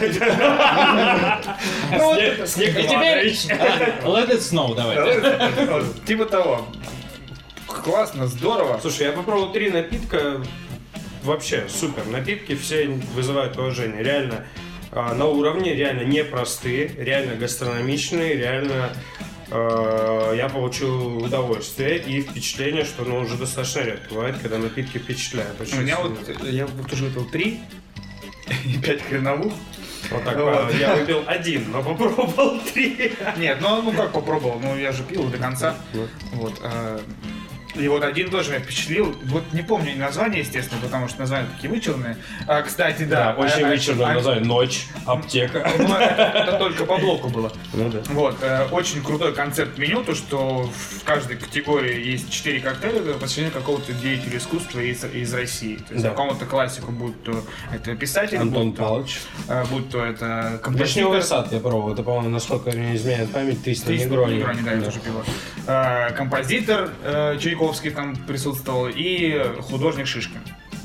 Speaker 2: Снег- Снег
Speaker 3: И теперь...
Speaker 2: Иванович.
Speaker 3: А, Let it snow, давайте.
Speaker 1: Типа того. Классно, здорово.
Speaker 2: Слушай, я попробовал три напитка, вообще супер. Напитки все вызывают уважение. Реально а, на уровне, реально непростые, реально гастрономичные, реально а, я получил удовольствие и впечатление, что ну, уже достаточно редко бывает, когда напитки впечатляют. Очень
Speaker 1: У меня
Speaker 2: сильно.
Speaker 1: вот, я вот тоже выпил три и пять хреновух.
Speaker 2: Вот так,
Speaker 1: Вот.
Speaker 2: а, я выпил один, но попробовал три.
Speaker 1: Нет, ну, ну как попробовал, ну я же пил до конца. Вот. а, И вот один тоже меня впечатлил. Вот не помню название, естественно, потому что названия такие вычурные. А, кстати, да.
Speaker 2: Да, очень
Speaker 1: а- а-
Speaker 2: вычурное
Speaker 1: а-
Speaker 2: название. Ночь, аптека.
Speaker 1: Ну, это, это только по блоку было.
Speaker 2: Ну да.
Speaker 1: Вот, э, очень крутой концепт меню, то что в каждой категории есть четыре коктейля, посвящены какому-то деятелю искусства из, из России. То есть
Speaker 2: Да.
Speaker 1: какому-то классику, будь то это писатель,
Speaker 2: Антон
Speaker 1: будь то,
Speaker 2: Павлович.
Speaker 1: э, будь то это
Speaker 2: Вишневый
Speaker 1: композитор.
Speaker 2: сад я пробовал. Это, по-моему, насколько мне изменяет память, триста
Speaker 1: Триста
Speaker 2: негрони.
Speaker 1: негрони, да, я тоже пила. Э, композитор э, Чайковский там присутствовал и художник Шишкин.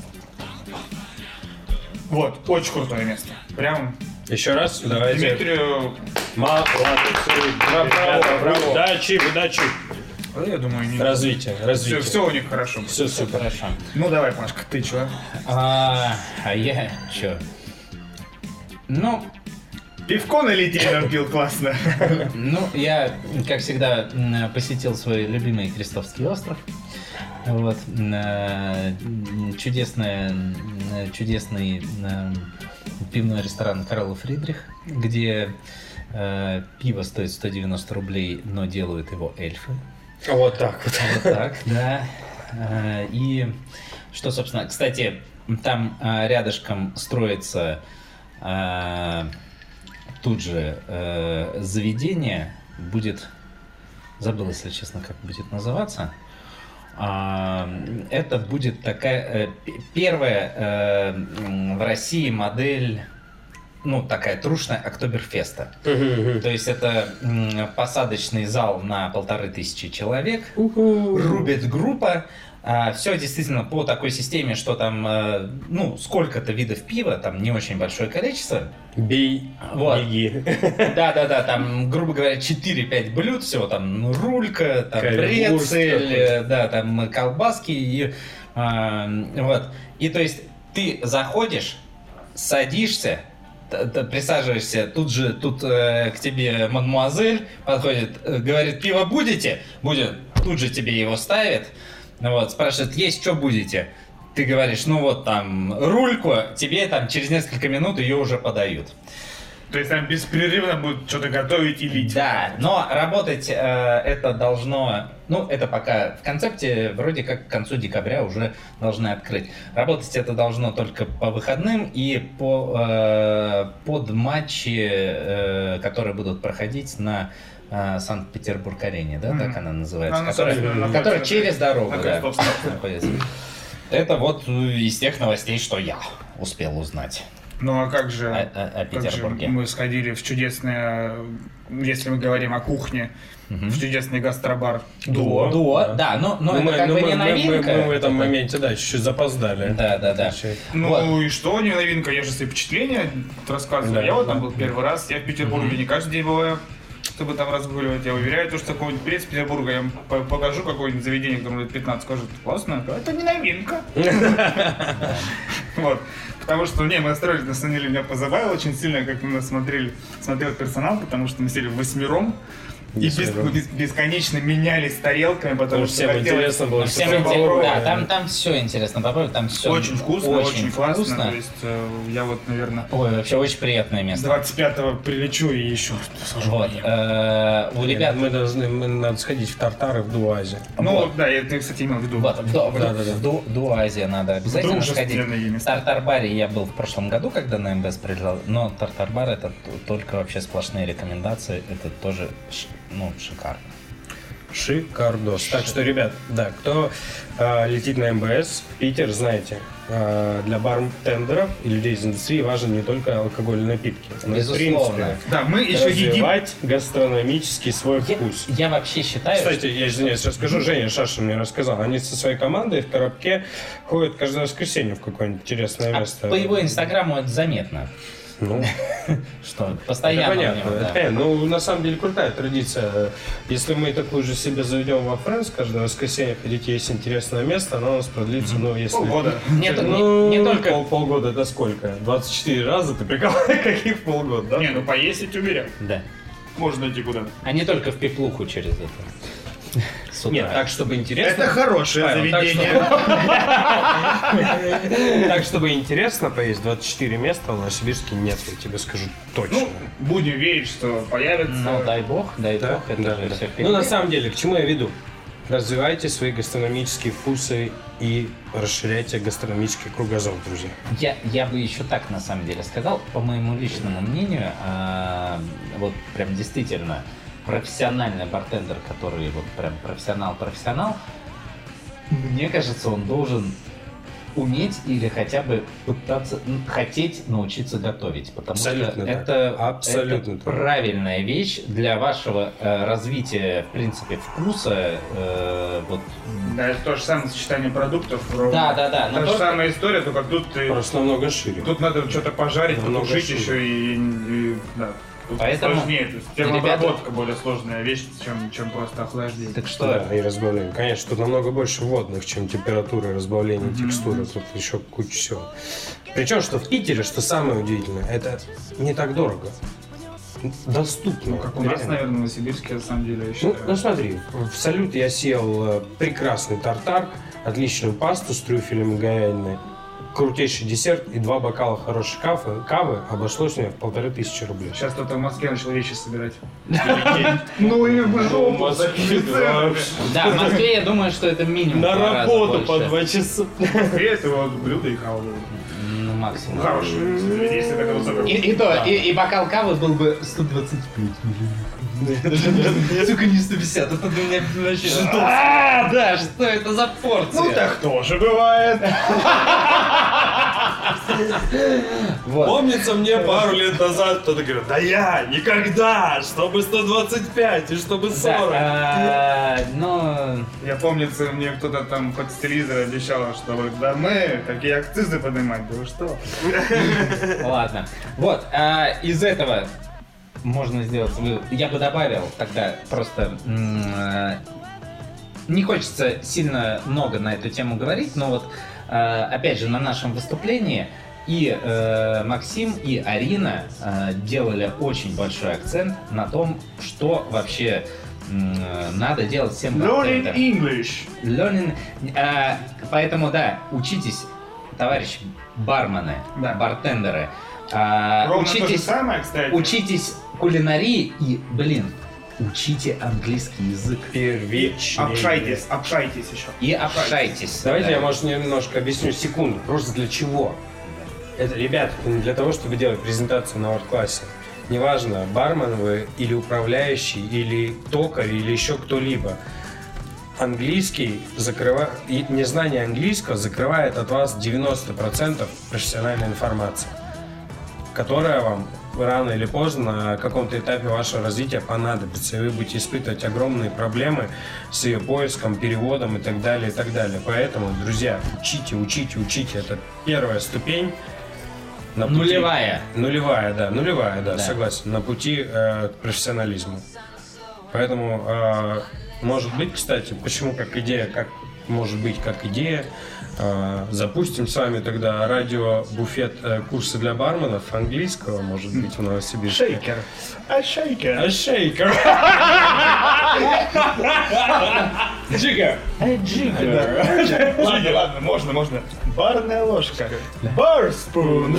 Speaker 1: Вот, очень крутое место. Прям
Speaker 2: Еще раз, давайте.
Speaker 1: Дмитрию,
Speaker 2: Молодцы. Браво,
Speaker 1: Браво, браво.
Speaker 2: Удачи, удачи.
Speaker 1: э, я думаю, не...
Speaker 2: Развитие,
Speaker 1: все,
Speaker 2: развитие.
Speaker 1: все у них хорошо.
Speaker 2: Все супер.
Speaker 3: Хорошо.
Speaker 1: Ну давай, Пашка, ты чё?
Speaker 3: А, а я чё? Ну,
Speaker 1: Пивко на литейном пил классно.
Speaker 3: ну, я, как всегда, м, посетил свой любимый Крестовский остров. Вот. э, Чудесная, м, чудесный э, пивной ресторан Карл Фридрих, где э, пиво стоит сто девяносто рублей, но делают его эльфы.
Speaker 2: Вот так вот.
Speaker 3: Вот так, да. Э, И что, собственно, кстати, там э, рядышком строится э, тут же э, заведение, будет, забыл, если честно, как будет называться. А, Это будет такая э, п- первая э, м, в России модель, ну, такая трушная Октоберфеста. То есть это м, посадочный зал на полторы тысячи человек, рубит группа. Все действительно по такой системе, что там, э, ну, сколько-то видов пива, там не очень большое количество.
Speaker 2: Бей,
Speaker 3: Вот.
Speaker 2: беги.
Speaker 3: Да-да-да, там, грубо говоря, четыре-пять блюд, всего там ну, рулька, там
Speaker 2: Currywurst
Speaker 3: прецель,
Speaker 2: какой-то.
Speaker 3: э, да, там колбаски, и, а, вот. И то есть ты заходишь, садишься, т- т- присаживаешься, тут же тут э, к тебе мадмуазель подходит, э, говорит, пиво будете? Будет, тут же тебе его ставит, ну вот, спрашивает, есть что будете? Ты говоришь, ну вот там рульку, тебе там через несколько минут ее уже подают.
Speaker 1: То есть там беспрерывно будут что-то готовить и лить.
Speaker 3: Да, но работать э, это должно, ну это пока в концепте вроде как к концу декабря уже должны открыть. Работать это должно только по выходным и по э, под матчи, э, которые будут проходить на э, Санкт-Петербург-арене, да, так она называется,
Speaker 1: Она,
Speaker 3: которая,
Speaker 1: собственно,
Speaker 3: которая
Speaker 1: находится
Speaker 3: через дорогу,
Speaker 1: на
Speaker 3: да,
Speaker 1: Крестовском.
Speaker 3: находится. Это вот из тех новостей, что я успел узнать
Speaker 1: Ну а как же,
Speaker 3: о, о- о
Speaker 1: как же
Speaker 3: Петербурге.
Speaker 1: мы сходили в чудесное, если мы говорим о кухне, в чудесный гастробар Дуо.
Speaker 3: Дуо, да, но, но
Speaker 2: Ну,
Speaker 3: это
Speaker 2: мы,
Speaker 3: как
Speaker 2: ну,
Speaker 3: бы
Speaker 2: мы-
Speaker 3: не
Speaker 2: мы- мы-
Speaker 3: новинка.
Speaker 2: мы в этом
Speaker 3: Это-
Speaker 2: моменте, да, чуть-чуть запоздали.
Speaker 3: Да, да, да.
Speaker 1: Ну
Speaker 3: Вот.
Speaker 1: и что, не новинка, я же свои впечатления рассказываю.
Speaker 2: Да,
Speaker 1: я вот
Speaker 2: да.
Speaker 1: там был первый раз, я в Петербурге не каждый день бываю, чтобы там разгуливать. Я уверяю, то, что какой-нибудь перец Петербурга я ему по- покажу какое-нибудь заведение, которому лет пятнадцать, скажет, классно, это не новинка. Вот. Потому что, не, мы настроились, на самом деле, меня позабавило очень сильно, как мы нас смотрели, смотрел персонал, потому что мы сидели восьмером. И бес-
Speaker 2: Восьмером.
Speaker 1: бес- бесконечно менялись тарелками, потому
Speaker 2: Потому
Speaker 1: что
Speaker 2: что всем
Speaker 1: хотелось-
Speaker 2: интересно было,
Speaker 3: Всем
Speaker 2: что
Speaker 3: интересно,
Speaker 1: попробовать.
Speaker 3: да, там, там все интересно попробовать, там все
Speaker 1: Очень вкусно, очень, классно.
Speaker 3: вкусно.
Speaker 1: То есть э, я вот, наверное,
Speaker 3: Ой, вообще очень приятное место.
Speaker 1: двадцать пятого прилечу и еще схожу.
Speaker 3: Вот. э, У ребят,
Speaker 2: Мы должны, мы надо сходить в Тартары в Дуазе.
Speaker 1: Ну,
Speaker 3: Вот.
Speaker 1: да, я, ты, кстати, имел в виду.
Speaker 3: вот, в, Ду- в-
Speaker 2: Да, да, да.
Speaker 3: в Ду- Дуазе надо обязательно сходить.
Speaker 1: Дружественные
Speaker 3: В
Speaker 1: места.
Speaker 3: Тартар-баре я был в прошлом году, когда на МБС приезжал, но Тартар-бар это т- только вообще сплошные рекомендации, это тоже ш- ну, шикарно.
Speaker 2: Шикардос. Так что, ребят, да, кто э, летит на МБС, Питер, знаете, э, для бартендеров и людей из индустрии важен не только алкогольные напитки. но и, в
Speaker 3: Безусловно.
Speaker 2: принципе,
Speaker 1: Да, мы еще едим.
Speaker 2: развивать гастрономический свой
Speaker 3: Я,
Speaker 2: вкус.
Speaker 3: я вообще считаю,
Speaker 2: Кстати, я извиняюсь, расскажу, Женя Шашин мне рассказал. Они со своей командой в коробке ходят каждое воскресенье в какое-нибудь интересное
Speaker 3: а
Speaker 2: место.
Speaker 3: по его инстаграму это заметно,
Speaker 2: Ну,
Speaker 3: что
Speaker 2: это
Speaker 3: постоянно у
Speaker 2: понятно.
Speaker 3: него,
Speaker 2: это
Speaker 3: да.
Speaker 2: понятно. Ну, на самом деле, крутая традиция. Если мы такую же себе заведем во Фрэнс, каждое воскресенье ходить есть интересное место, оно у нас продлится, ну, если...
Speaker 1: Полгода.
Speaker 3: Нет,
Speaker 2: Ну,
Speaker 3: не, не только
Speaker 2: пол- полгода это сколько? двадцать четыре раза? Ты прикалываешь? Каких полгода, да?
Speaker 1: Не, ну поесть я тебе уверяю.
Speaker 3: да,
Speaker 1: Можно идти куда-то.
Speaker 3: а не только в пеплуху через это. С утра.
Speaker 2: Нет, так, чтобы интересно.
Speaker 1: Это хорошее
Speaker 2: Павел, так
Speaker 1: заведение.
Speaker 2: Так, чтобы интересно поесть, двадцать четыре места в Новосибирске нет, я тебе скажу точно.
Speaker 1: Ну, будем верить, что появится.
Speaker 3: Ну, дай бог, дай
Speaker 2: Да,
Speaker 3: бог, это
Speaker 2: да,
Speaker 3: же
Speaker 2: да.
Speaker 3: все
Speaker 2: Ну, на самом деле, к чему я веду? Развивайте свои гастрономические вкусы и расширяйте гастрономический кругозор, друзья.
Speaker 3: Я, я бы еще так на самом деле сказал, по моему личному мнению, а, вот прям действительно профессиональный бартендер, который вот прям профессионал-профессионал, мне кажется, он должен уметь или хотя бы пытаться, м, хотеть научиться готовить, потому
Speaker 2: Абсолютно
Speaker 3: что
Speaker 2: так.
Speaker 3: это,
Speaker 2: Абсолютно
Speaker 3: это
Speaker 2: так.
Speaker 3: правильная вещь для вашего э, развития, в принципе, вкуса. э, вот.
Speaker 1: Да, это то же самое сочетание продуктов. ровно.
Speaker 3: Да, да, да.
Speaker 1: Та
Speaker 3: но
Speaker 1: же
Speaker 3: только-
Speaker 1: самая история, только тут ты...
Speaker 2: Просто намного шире.
Speaker 1: Тут надо что-то пожарить,
Speaker 2: Намного
Speaker 1: потушить
Speaker 2: шире.
Speaker 1: еще и... и- да. Тут
Speaker 3: Поэтому,
Speaker 1: сложнее. То есть
Speaker 3: ребята-
Speaker 1: термообработка более сложная вещь, чем, чем просто охлаждение.
Speaker 3: Так что,
Speaker 2: Да, и разбавление. Конечно, тут намного больше водных, чем температура, разбавление, текстуры. Тут еще куча всего. Причем, что в Питере, что самое удивительное, это не так дорого. Доступно.
Speaker 1: Ну, как у нас,
Speaker 2: Реально.
Speaker 1: наверное, в Новосибирске, на самом деле, я
Speaker 2: Ну,
Speaker 1: считаю.
Speaker 2: ну смотри, в Салют я съел э, прекрасный тартар, отличную пасту с трюфелем и говядиной, крутейший десерт и два бокала хорошей кавы, кавы обошлось мне в полторы тысячи рублей.
Speaker 1: Сейчас кто-то в Москве начал вещи собирать. Ну и в жопу за такими ценами.
Speaker 3: да, в Москве я думаю, что это минимум.
Speaker 2: На
Speaker 3: в два раза
Speaker 2: работу по
Speaker 3: больше.
Speaker 2: два часа.
Speaker 1: В Москве это вот блюдо и кава.
Speaker 3: Ну, максимум.
Speaker 1: Хорошее, если если такая высокая.
Speaker 3: И, и то, и, и бокал кавы был бы сто двадцать пять. Сука, не сто пятьдесят. Это для меня вообще... А, да, что это за порция?
Speaker 1: Ну так тоже бывает.
Speaker 3: Вот.
Speaker 2: Помнится мне пару лет назад кто-то говорит, да я никогда, чтобы сто двадцать пять и чтобы сорок.
Speaker 3: Да, а, но...
Speaker 1: Я помнится, мне кто-то там по телевизору обещал, что вот, да мы такие акцизы поднимать, да вы что?
Speaker 3: Ладно. Вот, а, из этого можно сделать... Я бы добавил тогда просто... м, э, Не хочется сильно много на эту тему говорить, но вот, э, опять же, на нашем выступлении и э, Максим, и Арина э, делали очень большой акцент на том, что вообще м, надо делать всем
Speaker 1: Learning
Speaker 3: бартендерам.
Speaker 1: English.
Speaker 3: Learning. э, поэтому, да, учитесь, товарищи бармены,
Speaker 1: Да.
Speaker 3: бартендеры. э,
Speaker 1: Ровно то же
Speaker 3: учитесь,
Speaker 1: самое, кстати.
Speaker 3: учитесь кулинарии и, блин, учите английский язык.
Speaker 2: Первичный.
Speaker 1: Общайтесь, общайтесь еще.
Speaker 3: И общайтесь.
Speaker 2: Давайте
Speaker 3: Да.
Speaker 2: я, может, немножко объясню секунду. Просто для чего? Это, ребята, это не для того, чтобы делать презентацию на арт-классе. Неважно, бармен вы или управляющий, или токарь, или еще кто-либо. Английский закрывает, и незнание английского закрывает от вас девяносто процентов профессиональной информации, которая вам рано или поздно на каком-то этапе вашего развития понадобится, и вы будете испытывать огромные проблемы с ее поиском, переводом и так далее, и так далее. Поэтому, друзья, учите, учите, учите. Это первая ступень. На пути-
Speaker 3: Нулевая.
Speaker 2: Нулевая, да, нулевая, да,
Speaker 3: Да.
Speaker 2: согласен, на пути э, к профессионализму. Поэтому, э, может быть, кстати, почему как идея, как может быть как идея, э, запустим с вами тогда радио-буфет э, курсы для барменов английского, может быть, в Новосибирске.
Speaker 1: Шейкер. А шейкер.
Speaker 2: А шейкер. Джиггер.
Speaker 1: Ладно, ладно, можно, можно. Барная ложка. Барспун.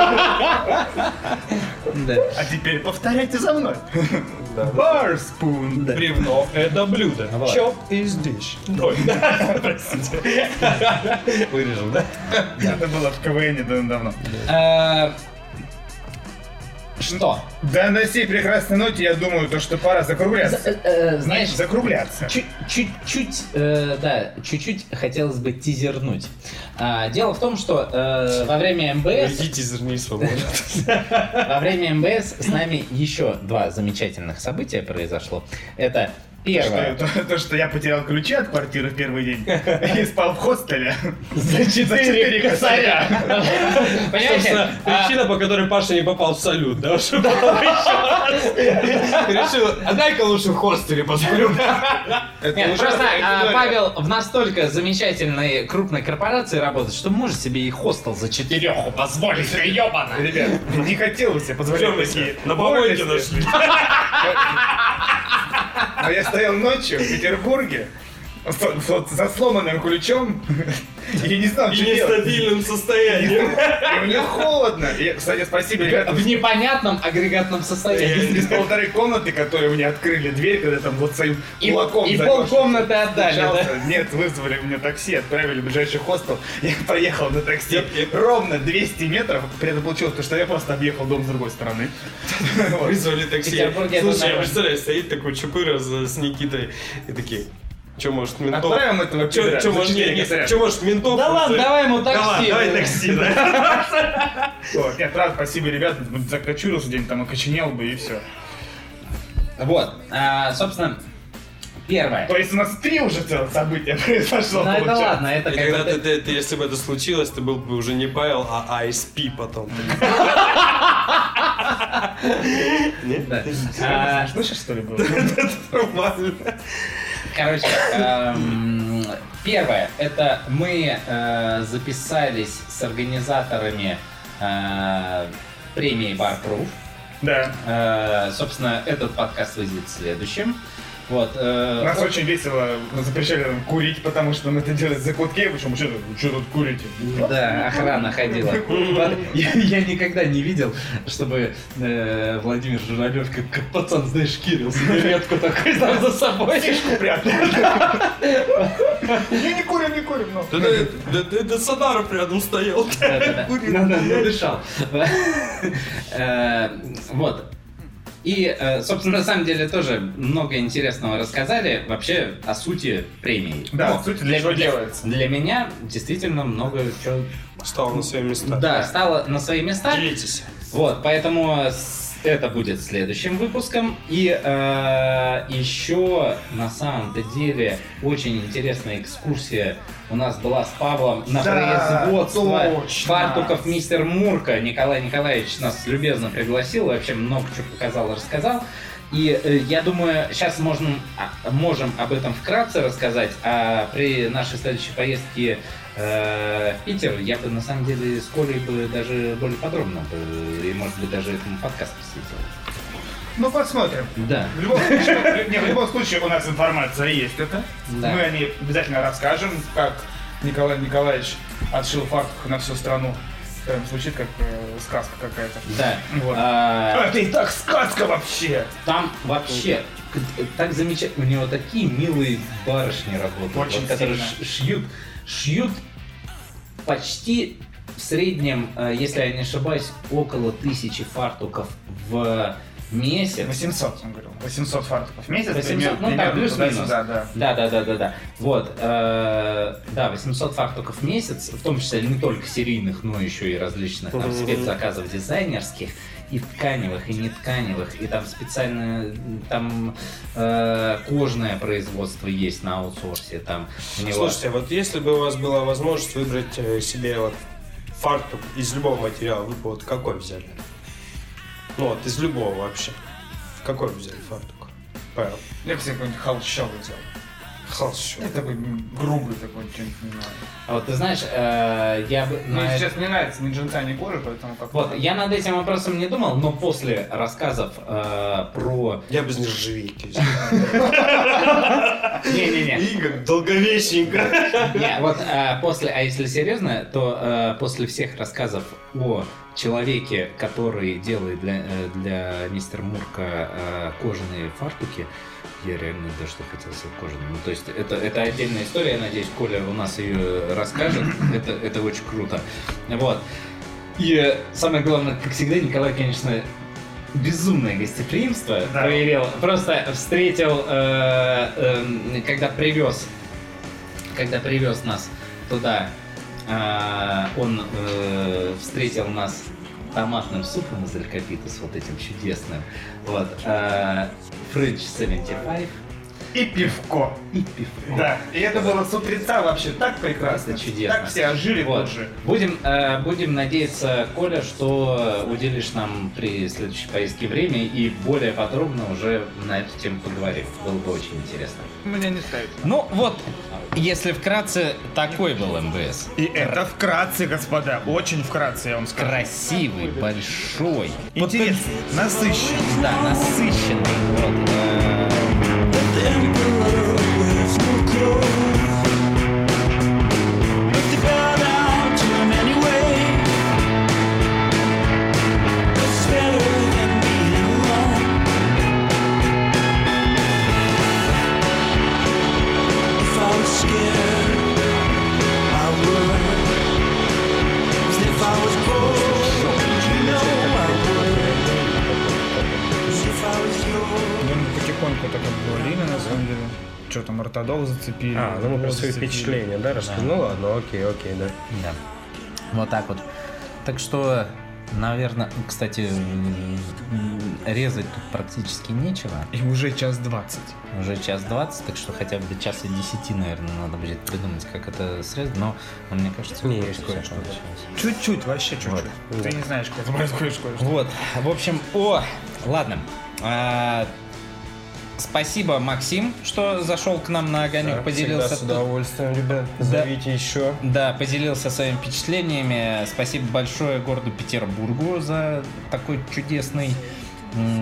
Speaker 1: А теперь повторяйте за мной. Барспун.
Speaker 2: Бревно – это блюдо.
Speaker 3: Вот.
Speaker 2: Chop is dish.
Speaker 1: Ой, простите.
Speaker 2: Вырежем, да?
Speaker 1: Это было в КВН давно.
Speaker 3: Э, Что?
Speaker 1: Да, на сей прекрасной ноте, я думаю, то, что пора закругляться.
Speaker 3: Э, э, Знаешь,
Speaker 1: Закругляться.
Speaker 3: чуть- чуть-чуть, э, да, чуть-чуть хотелось бы тизернуть. А, дело в том, что э, во время МБС,
Speaker 2: Идите, зерни свободно.
Speaker 3: во время МБС с нами еще два замечательных события произошло. Это первое.
Speaker 1: Что, то, то, что я потерял ключи от квартиры в первый день и спал в хостеле.
Speaker 3: За четыре косаря. Понимаете?
Speaker 2: Собственно,
Speaker 3: а,
Speaker 2: причина, по которой Паша не попал в салют, да, что потом еще раз решил, а дай-ка лучше в хостеле посплю.
Speaker 3: Нет, просто а, Павел в настолько замечательной крупной корпорации работает, что может себе и хостел за четыреху позволить, ебано.
Speaker 1: Ребят, не хотел бы себе позволять такие
Speaker 2: На помойке
Speaker 1: вольности.
Speaker 2: нашли.
Speaker 1: Но я стоял ночью в Петербурге с- с- за сломанным ключом И не знал,
Speaker 2: И
Speaker 1: что делать.
Speaker 2: нестабильном состоянии.
Speaker 1: И мне холодно. И, кстати, спасибо, ребята,
Speaker 3: В непонятном агрегатном состоянии.
Speaker 1: из полторы комнаты, которые мне открыли дверь, когда там вот своим
Speaker 3: И,
Speaker 1: кулаком
Speaker 3: и
Speaker 1: закончился.
Speaker 3: полкомнаты отдали, да?
Speaker 1: Пожалуйста. Нет, вызвали мне такси, отправили в ближайший хостел. Я проехал на такси ровно двести метров. При этом получилось, потому что я просто объехал дом с другой стороны. Вот.
Speaker 2: Вызвали такси.
Speaker 3: В Петербурге это
Speaker 2: Слушай, я
Speaker 3: нормально.
Speaker 2: представляю, стоит такой чупыра с, с Никитой и такие, что может ментов?
Speaker 1: Отправим этого пидора
Speaker 2: Что
Speaker 1: за
Speaker 2: может,
Speaker 1: четыре
Speaker 2: не, не,
Speaker 1: косаря.
Speaker 2: чё, может ментов?
Speaker 3: Да ладно, давай ему такси.
Speaker 2: Да ладно, давай такси, да.
Speaker 1: Вот. Нет, правда, спасибо, ребята. Закочурился день, там окоченел бы и все.
Speaker 3: Вот, а, собственно, первое.
Speaker 1: То есть у нас три уже целых события произошло.
Speaker 3: Ну это
Speaker 1: получается.
Speaker 3: ладно, это
Speaker 2: И
Speaker 3: как
Speaker 2: когда
Speaker 3: бы...
Speaker 2: ты, ты- ты- если бы это случилось, ты был бы уже не Павел, а ай эс пи потом.
Speaker 3: Да. А,
Speaker 1: Слышишь, что ли, было?
Speaker 2: Нормально.
Speaker 3: Короче, эм, первое, это мы э, записались с организаторами э, премии Barproof.
Speaker 1: Да.
Speaker 3: Э, собственно, этот подкаст выйдет следующим. Вот. э,
Speaker 1: Нас очень весело запрещали нам курить, потому что мы это делали за закутке. Почему, что, что тут курите?
Speaker 3: Да, охрана ходила. Я, я никогда не видел, чтобы э, Владимир Журавлев как, как пацан, знаешь, кирил сигаретку такой там за собой.
Speaker 1: Прятал. Не, не курим, не курим, но.
Speaker 2: Да, да, да, да, Садаров рядом стоял.
Speaker 3: Да-да-да. Ну, да, надышал. Э, Вот. И, э, собственно, на самом деле тоже много интересного рассказали вообще о сути премии.
Speaker 1: Да,
Speaker 3: Ну,
Speaker 1: суть, для чего делается.
Speaker 3: Для меня действительно много чего.
Speaker 2: Стал на свои места.
Speaker 3: Да, стало на свои места.
Speaker 2: Делитесь.
Speaker 3: Вот, поэтому с- это будет следующим выпуском. И э, еще на самом-то деле очень интересная экскурсия у нас была с Павлом на
Speaker 1: Да,
Speaker 3: производство
Speaker 1: точно.
Speaker 3: фартуков мистер Мурка. Николай Николаевич нас любезно пригласил, вообще много чего показал, рассказал. И э, я думаю, сейчас можем, а, можем об этом вкратце рассказать, а при нашей следующей поездке э, в Питер я бы на самом деле с Колей бы даже более подробно бы, и может быть даже этому подкаст посвятил.
Speaker 1: Ну, посмотрим.
Speaker 3: Да.
Speaker 1: В любом случае, не, в любом случае у нас информация есть это.
Speaker 3: Да.
Speaker 1: Мы о ней обязательно расскажем, как Николай Николаевич отшил фартук на всю страну. Прям звучит как э, сказка какая-то.
Speaker 3: Да.
Speaker 1: Вот.
Speaker 3: А,
Speaker 1: Это и так сказка вообще!
Speaker 3: там вообще к- так замечательно, у него такие милые барышни работают,
Speaker 1: Очень
Speaker 3: вот, которые
Speaker 1: сильно.
Speaker 3: ш- шьют, шьют почти в среднем, э, если я не ошибаюсь, около тысячи фартуков в месяц.
Speaker 1: восемьсот, он говорил. восемьсот фартуков в месяц.
Speaker 3: восемьсот, ну
Speaker 1: примерно,
Speaker 3: да, плюс-минус.
Speaker 1: туда-сюда, да.
Speaker 3: Да, да, да, да, да. Вот, э, да, восемьсот фартуков в месяц, в том числе не только серийных, но еще и различных там спецзаказов дизайнерских, и тканевых, и не тканевых, и там специально там э, кожное производство есть на аутсорсе, там у него.
Speaker 2: Слушайте, вот если бы у вас была возможность выбрать э, себе вот фартук из любого материала, вы бы вот какой взяли? Ну вот, из любого вообще. Какой бы взяли фартук? Павел.
Speaker 1: Я бы себе какой-нибудь холщовый взял.
Speaker 2: Холщу.
Speaker 1: Это такой м, грубый такой, что-нибудь не знаю.
Speaker 3: А вот ты знаешь, э, я бы
Speaker 1: Мне
Speaker 3: на это-
Speaker 1: сейчас не нравится ни джинса, ни кожа, поэтому как
Speaker 3: вот я над этим вопросом не думал, но после рассказов э, про
Speaker 2: Я бы из нержавейки взял.
Speaker 3: не-не-не.
Speaker 2: Игорь, долговечненько.
Speaker 3: Не, вот э, после, а если серьезно, то э, после всех рассказов о человеке, который делает для, э, для мистера Мурка э, кожаные фартуки, я реально даже что хотел себе кожаные. Ну, то есть это, это отдельная история, я надеюсь, Коля у нас ее расскажет. Это, это очень круто. Вот. И самое главное, как всегда, Николай, конечно, безумное гостеприимство
Speaker 1: Да.
Speaker 3: проявил. Просто встретил, э, э, когда привез, когда привез нас туда, э, он э, встретил нас томатным супом из алькапитус, вот этим чудесным. Вот. Э, French семьдесят пять
Speaker 1: И пивко.
Speaker 3: и пивко.
Speaker 1: Да. И это было с утреца вообще так прекрасно.
Speaker 3: Это чудесно.
Speaker 1: Так все ожили
Speaker 3: Вот.
Speaker 1: тут же.
Speaker 3: Будем, э, будем надеяться, Коля, что уделишь нам при следующей поездке время и более подробно уже на эту тему поговорим. Было бы очень интересно.
Speaker 1: Меня не ставит.
Speaker 3: Ну вот, если вкратце, такой был эм бэ эс.
Speaker 1: И это вкратце, господа. Очень вкратце, я вам скажу.
Speaker 3: Красивый, большой.
Speaker 1: Интересный, насыщенный.
Speaker 3: Да, насыщенный. Вот, э,
Speaker 5: Then the love with no clothes. But the
Speaker 1: потихоньку так обговорили, на самом деле. Что там, ортодокс зацепили.
Speaker 2: А, ну мы про свои
Speaker 1: зацепили.
Speaker 2: впечатления, да, рассказали? Ну ладно, окей, окей, да.
Speaker 3: Да. Вот так вот. Так что, наверное, кстати, резать тут практически нечего.
Speaker 1: И уже час двадцать.
Speaker 3: Уже час двадцать, так что хотя бы до часа десяти, наверное, надо будет придумать, как это срезать. Но мне кажется,
Speaker 2: Не,
Speaker 3: всё
Speaker 2: есть кое-что.
Speaker 3: получилось.
Speaker 1: Чуть-чуть, вообще чуть-чуть.
Speaker 3: Вот.
Speaker 1: Ты не знаешь, как это происходит кое-что.
Speaker 3: Вот, в общем, о, ладно. А, спасибо, Максим, что зашел к нам на огонек,
Speaker 2: Да,
Speaker 3: поделился.
Speaker 2: всегда с удовольствием, ребят. Зовите еще.
Speaker 3: Да, поделился своими впечатлениями. Спасибо большое городу Петербургу за такой чудесный, м,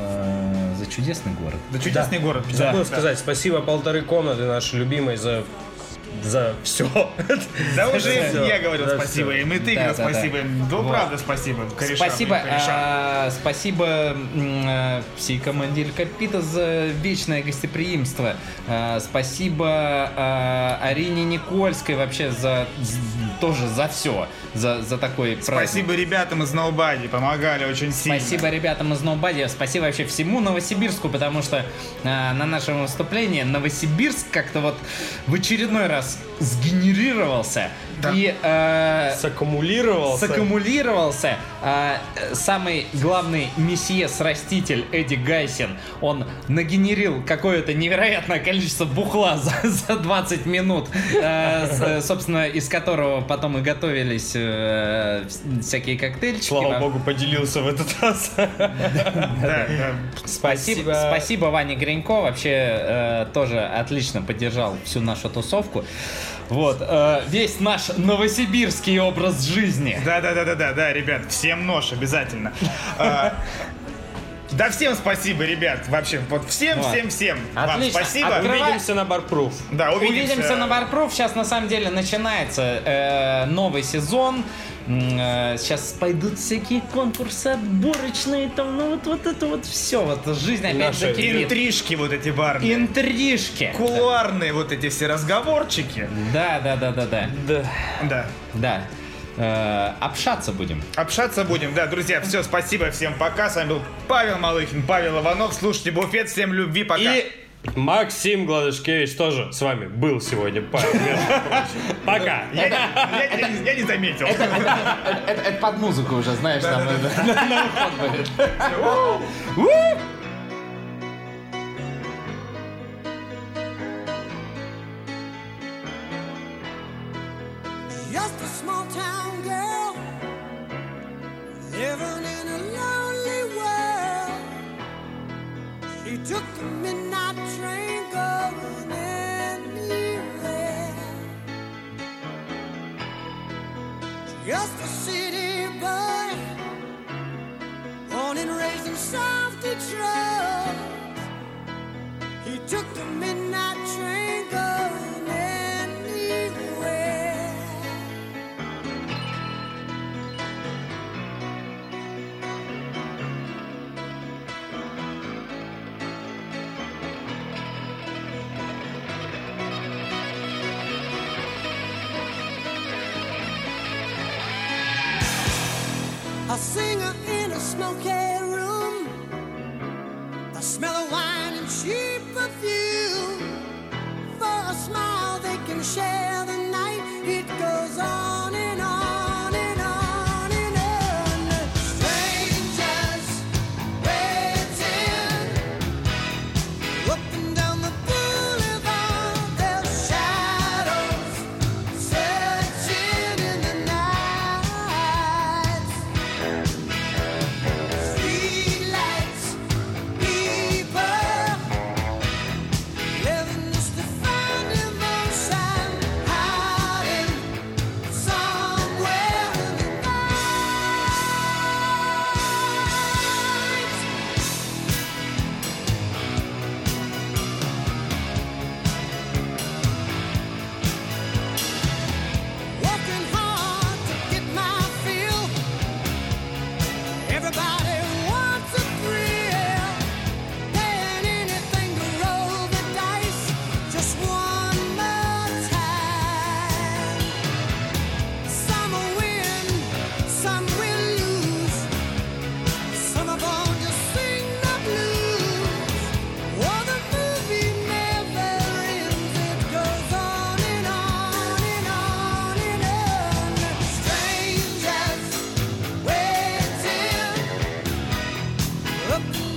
Speaker 3: э, за чудесный город.
Speaker 1: Да чудесный город.
Speaker 2: Забыл
Speaker 1: Да.
Speaker 2: сказать, спасибо полторы комнаты нашей любимой за за все.
Speaker 1: Да уже
Speaker 2: всё.
Speaker 1: я говорил
Speaker 2: За
Speaker 1: спасибо
Speaker 2: всё.
Speaker 1: им, и ты
Speaker 3: Да,
Speaker 1: говорил
Speaker 3: да, да.
Speaker 1: спасибо им. Да,
Speaker 3: Вот.
Speaker 1: правда спасибо. корешам,
Speaker 3: Спасибо,
Speaker 1: и корешам.
Speaker 3: а, спасибо м, э, всей команде Эль Капита за вечное гостеприимство. А, спасибо а, Арине Никольской вообще за з- тоже за все, за, за такой праздник.
Speaker 1: Спасибо ребятам из Nobody, помогали очень сильно.
Speaker 3: Спасибо ребятам из Nobody, спасибо вообще всему Новосибирску, потому что а, на нашем выступлении Новосибирск как-то вот в очередной раз сгенерировался
Speaker 1: Да.
Speaker 3: и а,
Speaker 2: Саккумулировался.
Speaker 3: саккумулировался. А, э, самый главный месье-сраститель Эдди Гайсин, он нагенерил какое-то невероятное количество бухла за, за двадцать минут, э, с- собственно, из которого потом и готовились э, вс- всякие коктейльчики.
Speaker 2: Слава богу, поделился в этот раз.
Speaker 1: Да, да.
Speaker 3: Спасибо,
Speaker 2: Спасибо.
Speaker 3: спасибо Ване Гринько, вообще э, тоже отлично поддержал всю нашу тусовку. Вот, э, весь наш новосибирский образ жизни.
Speaker 1: Да, да, да, да, да, да, ребят, всем нож обязательно. А, Да всем спасибо, ребят, вообще, вот всем,
Speaker 3: Вот.
Speaker 1: всем, всем вам
Speaker 3: Отлично.
Speaker 1: спасибо.
Speaker 3: Открывай.
Speaker 2: Увидимся на Барпруф.
Speaker 1: Да, увидимся.
Speaker 3: Увидимся на Барпруф. Сейчас на самом деле начинается э, новый сезон. М, э, сейчас пойдут всякие конкурсы отборочные, там, ну вот, вот это вот все. Вот жизнь опять
Speaker 2: Наши
Speaker 3: закипит.
Speaker 1: Интрижки вот эти барные.
Speaker 3: Интрижки.
Speaker 1: Кулуарные вот эти все разговорчики.
Speaker 3: Да, да, да, да, да.
Speaker 2: Да.
Speaker 1: Да.
Speaker 3: Да. Э, общаться будем.
Speaker 1: Общаться будем, да, друзья, все, спасибо всем, пока. С вами был Павел Малыхин, Павел Иванов, слушайте Буфет, всем любви, пока.
Speaker 2: И Максим Гладышкевич тоже с вами был сегодня. Павел, между прочим. Пока.
Speaker 1: Я, не- я- я не- я не заметил.
Speaker 3: Это, это под музыку уже, знаешь, там это, на уход будет.
Speaker 5: Just a small town girl living in a lonely world. She took the midnight train going anywhere. Just a city boy, born and raised in South Detroit. He took the midnight train going anywhere. A singer in a smoky room, the smell of wine and cheap perfume. For a smile they can share the night. It goes on and on and on and on. Strangers waiting up and down the boulevard. Their shadows searching in the night. Streetlights, people living just to find emotion. Up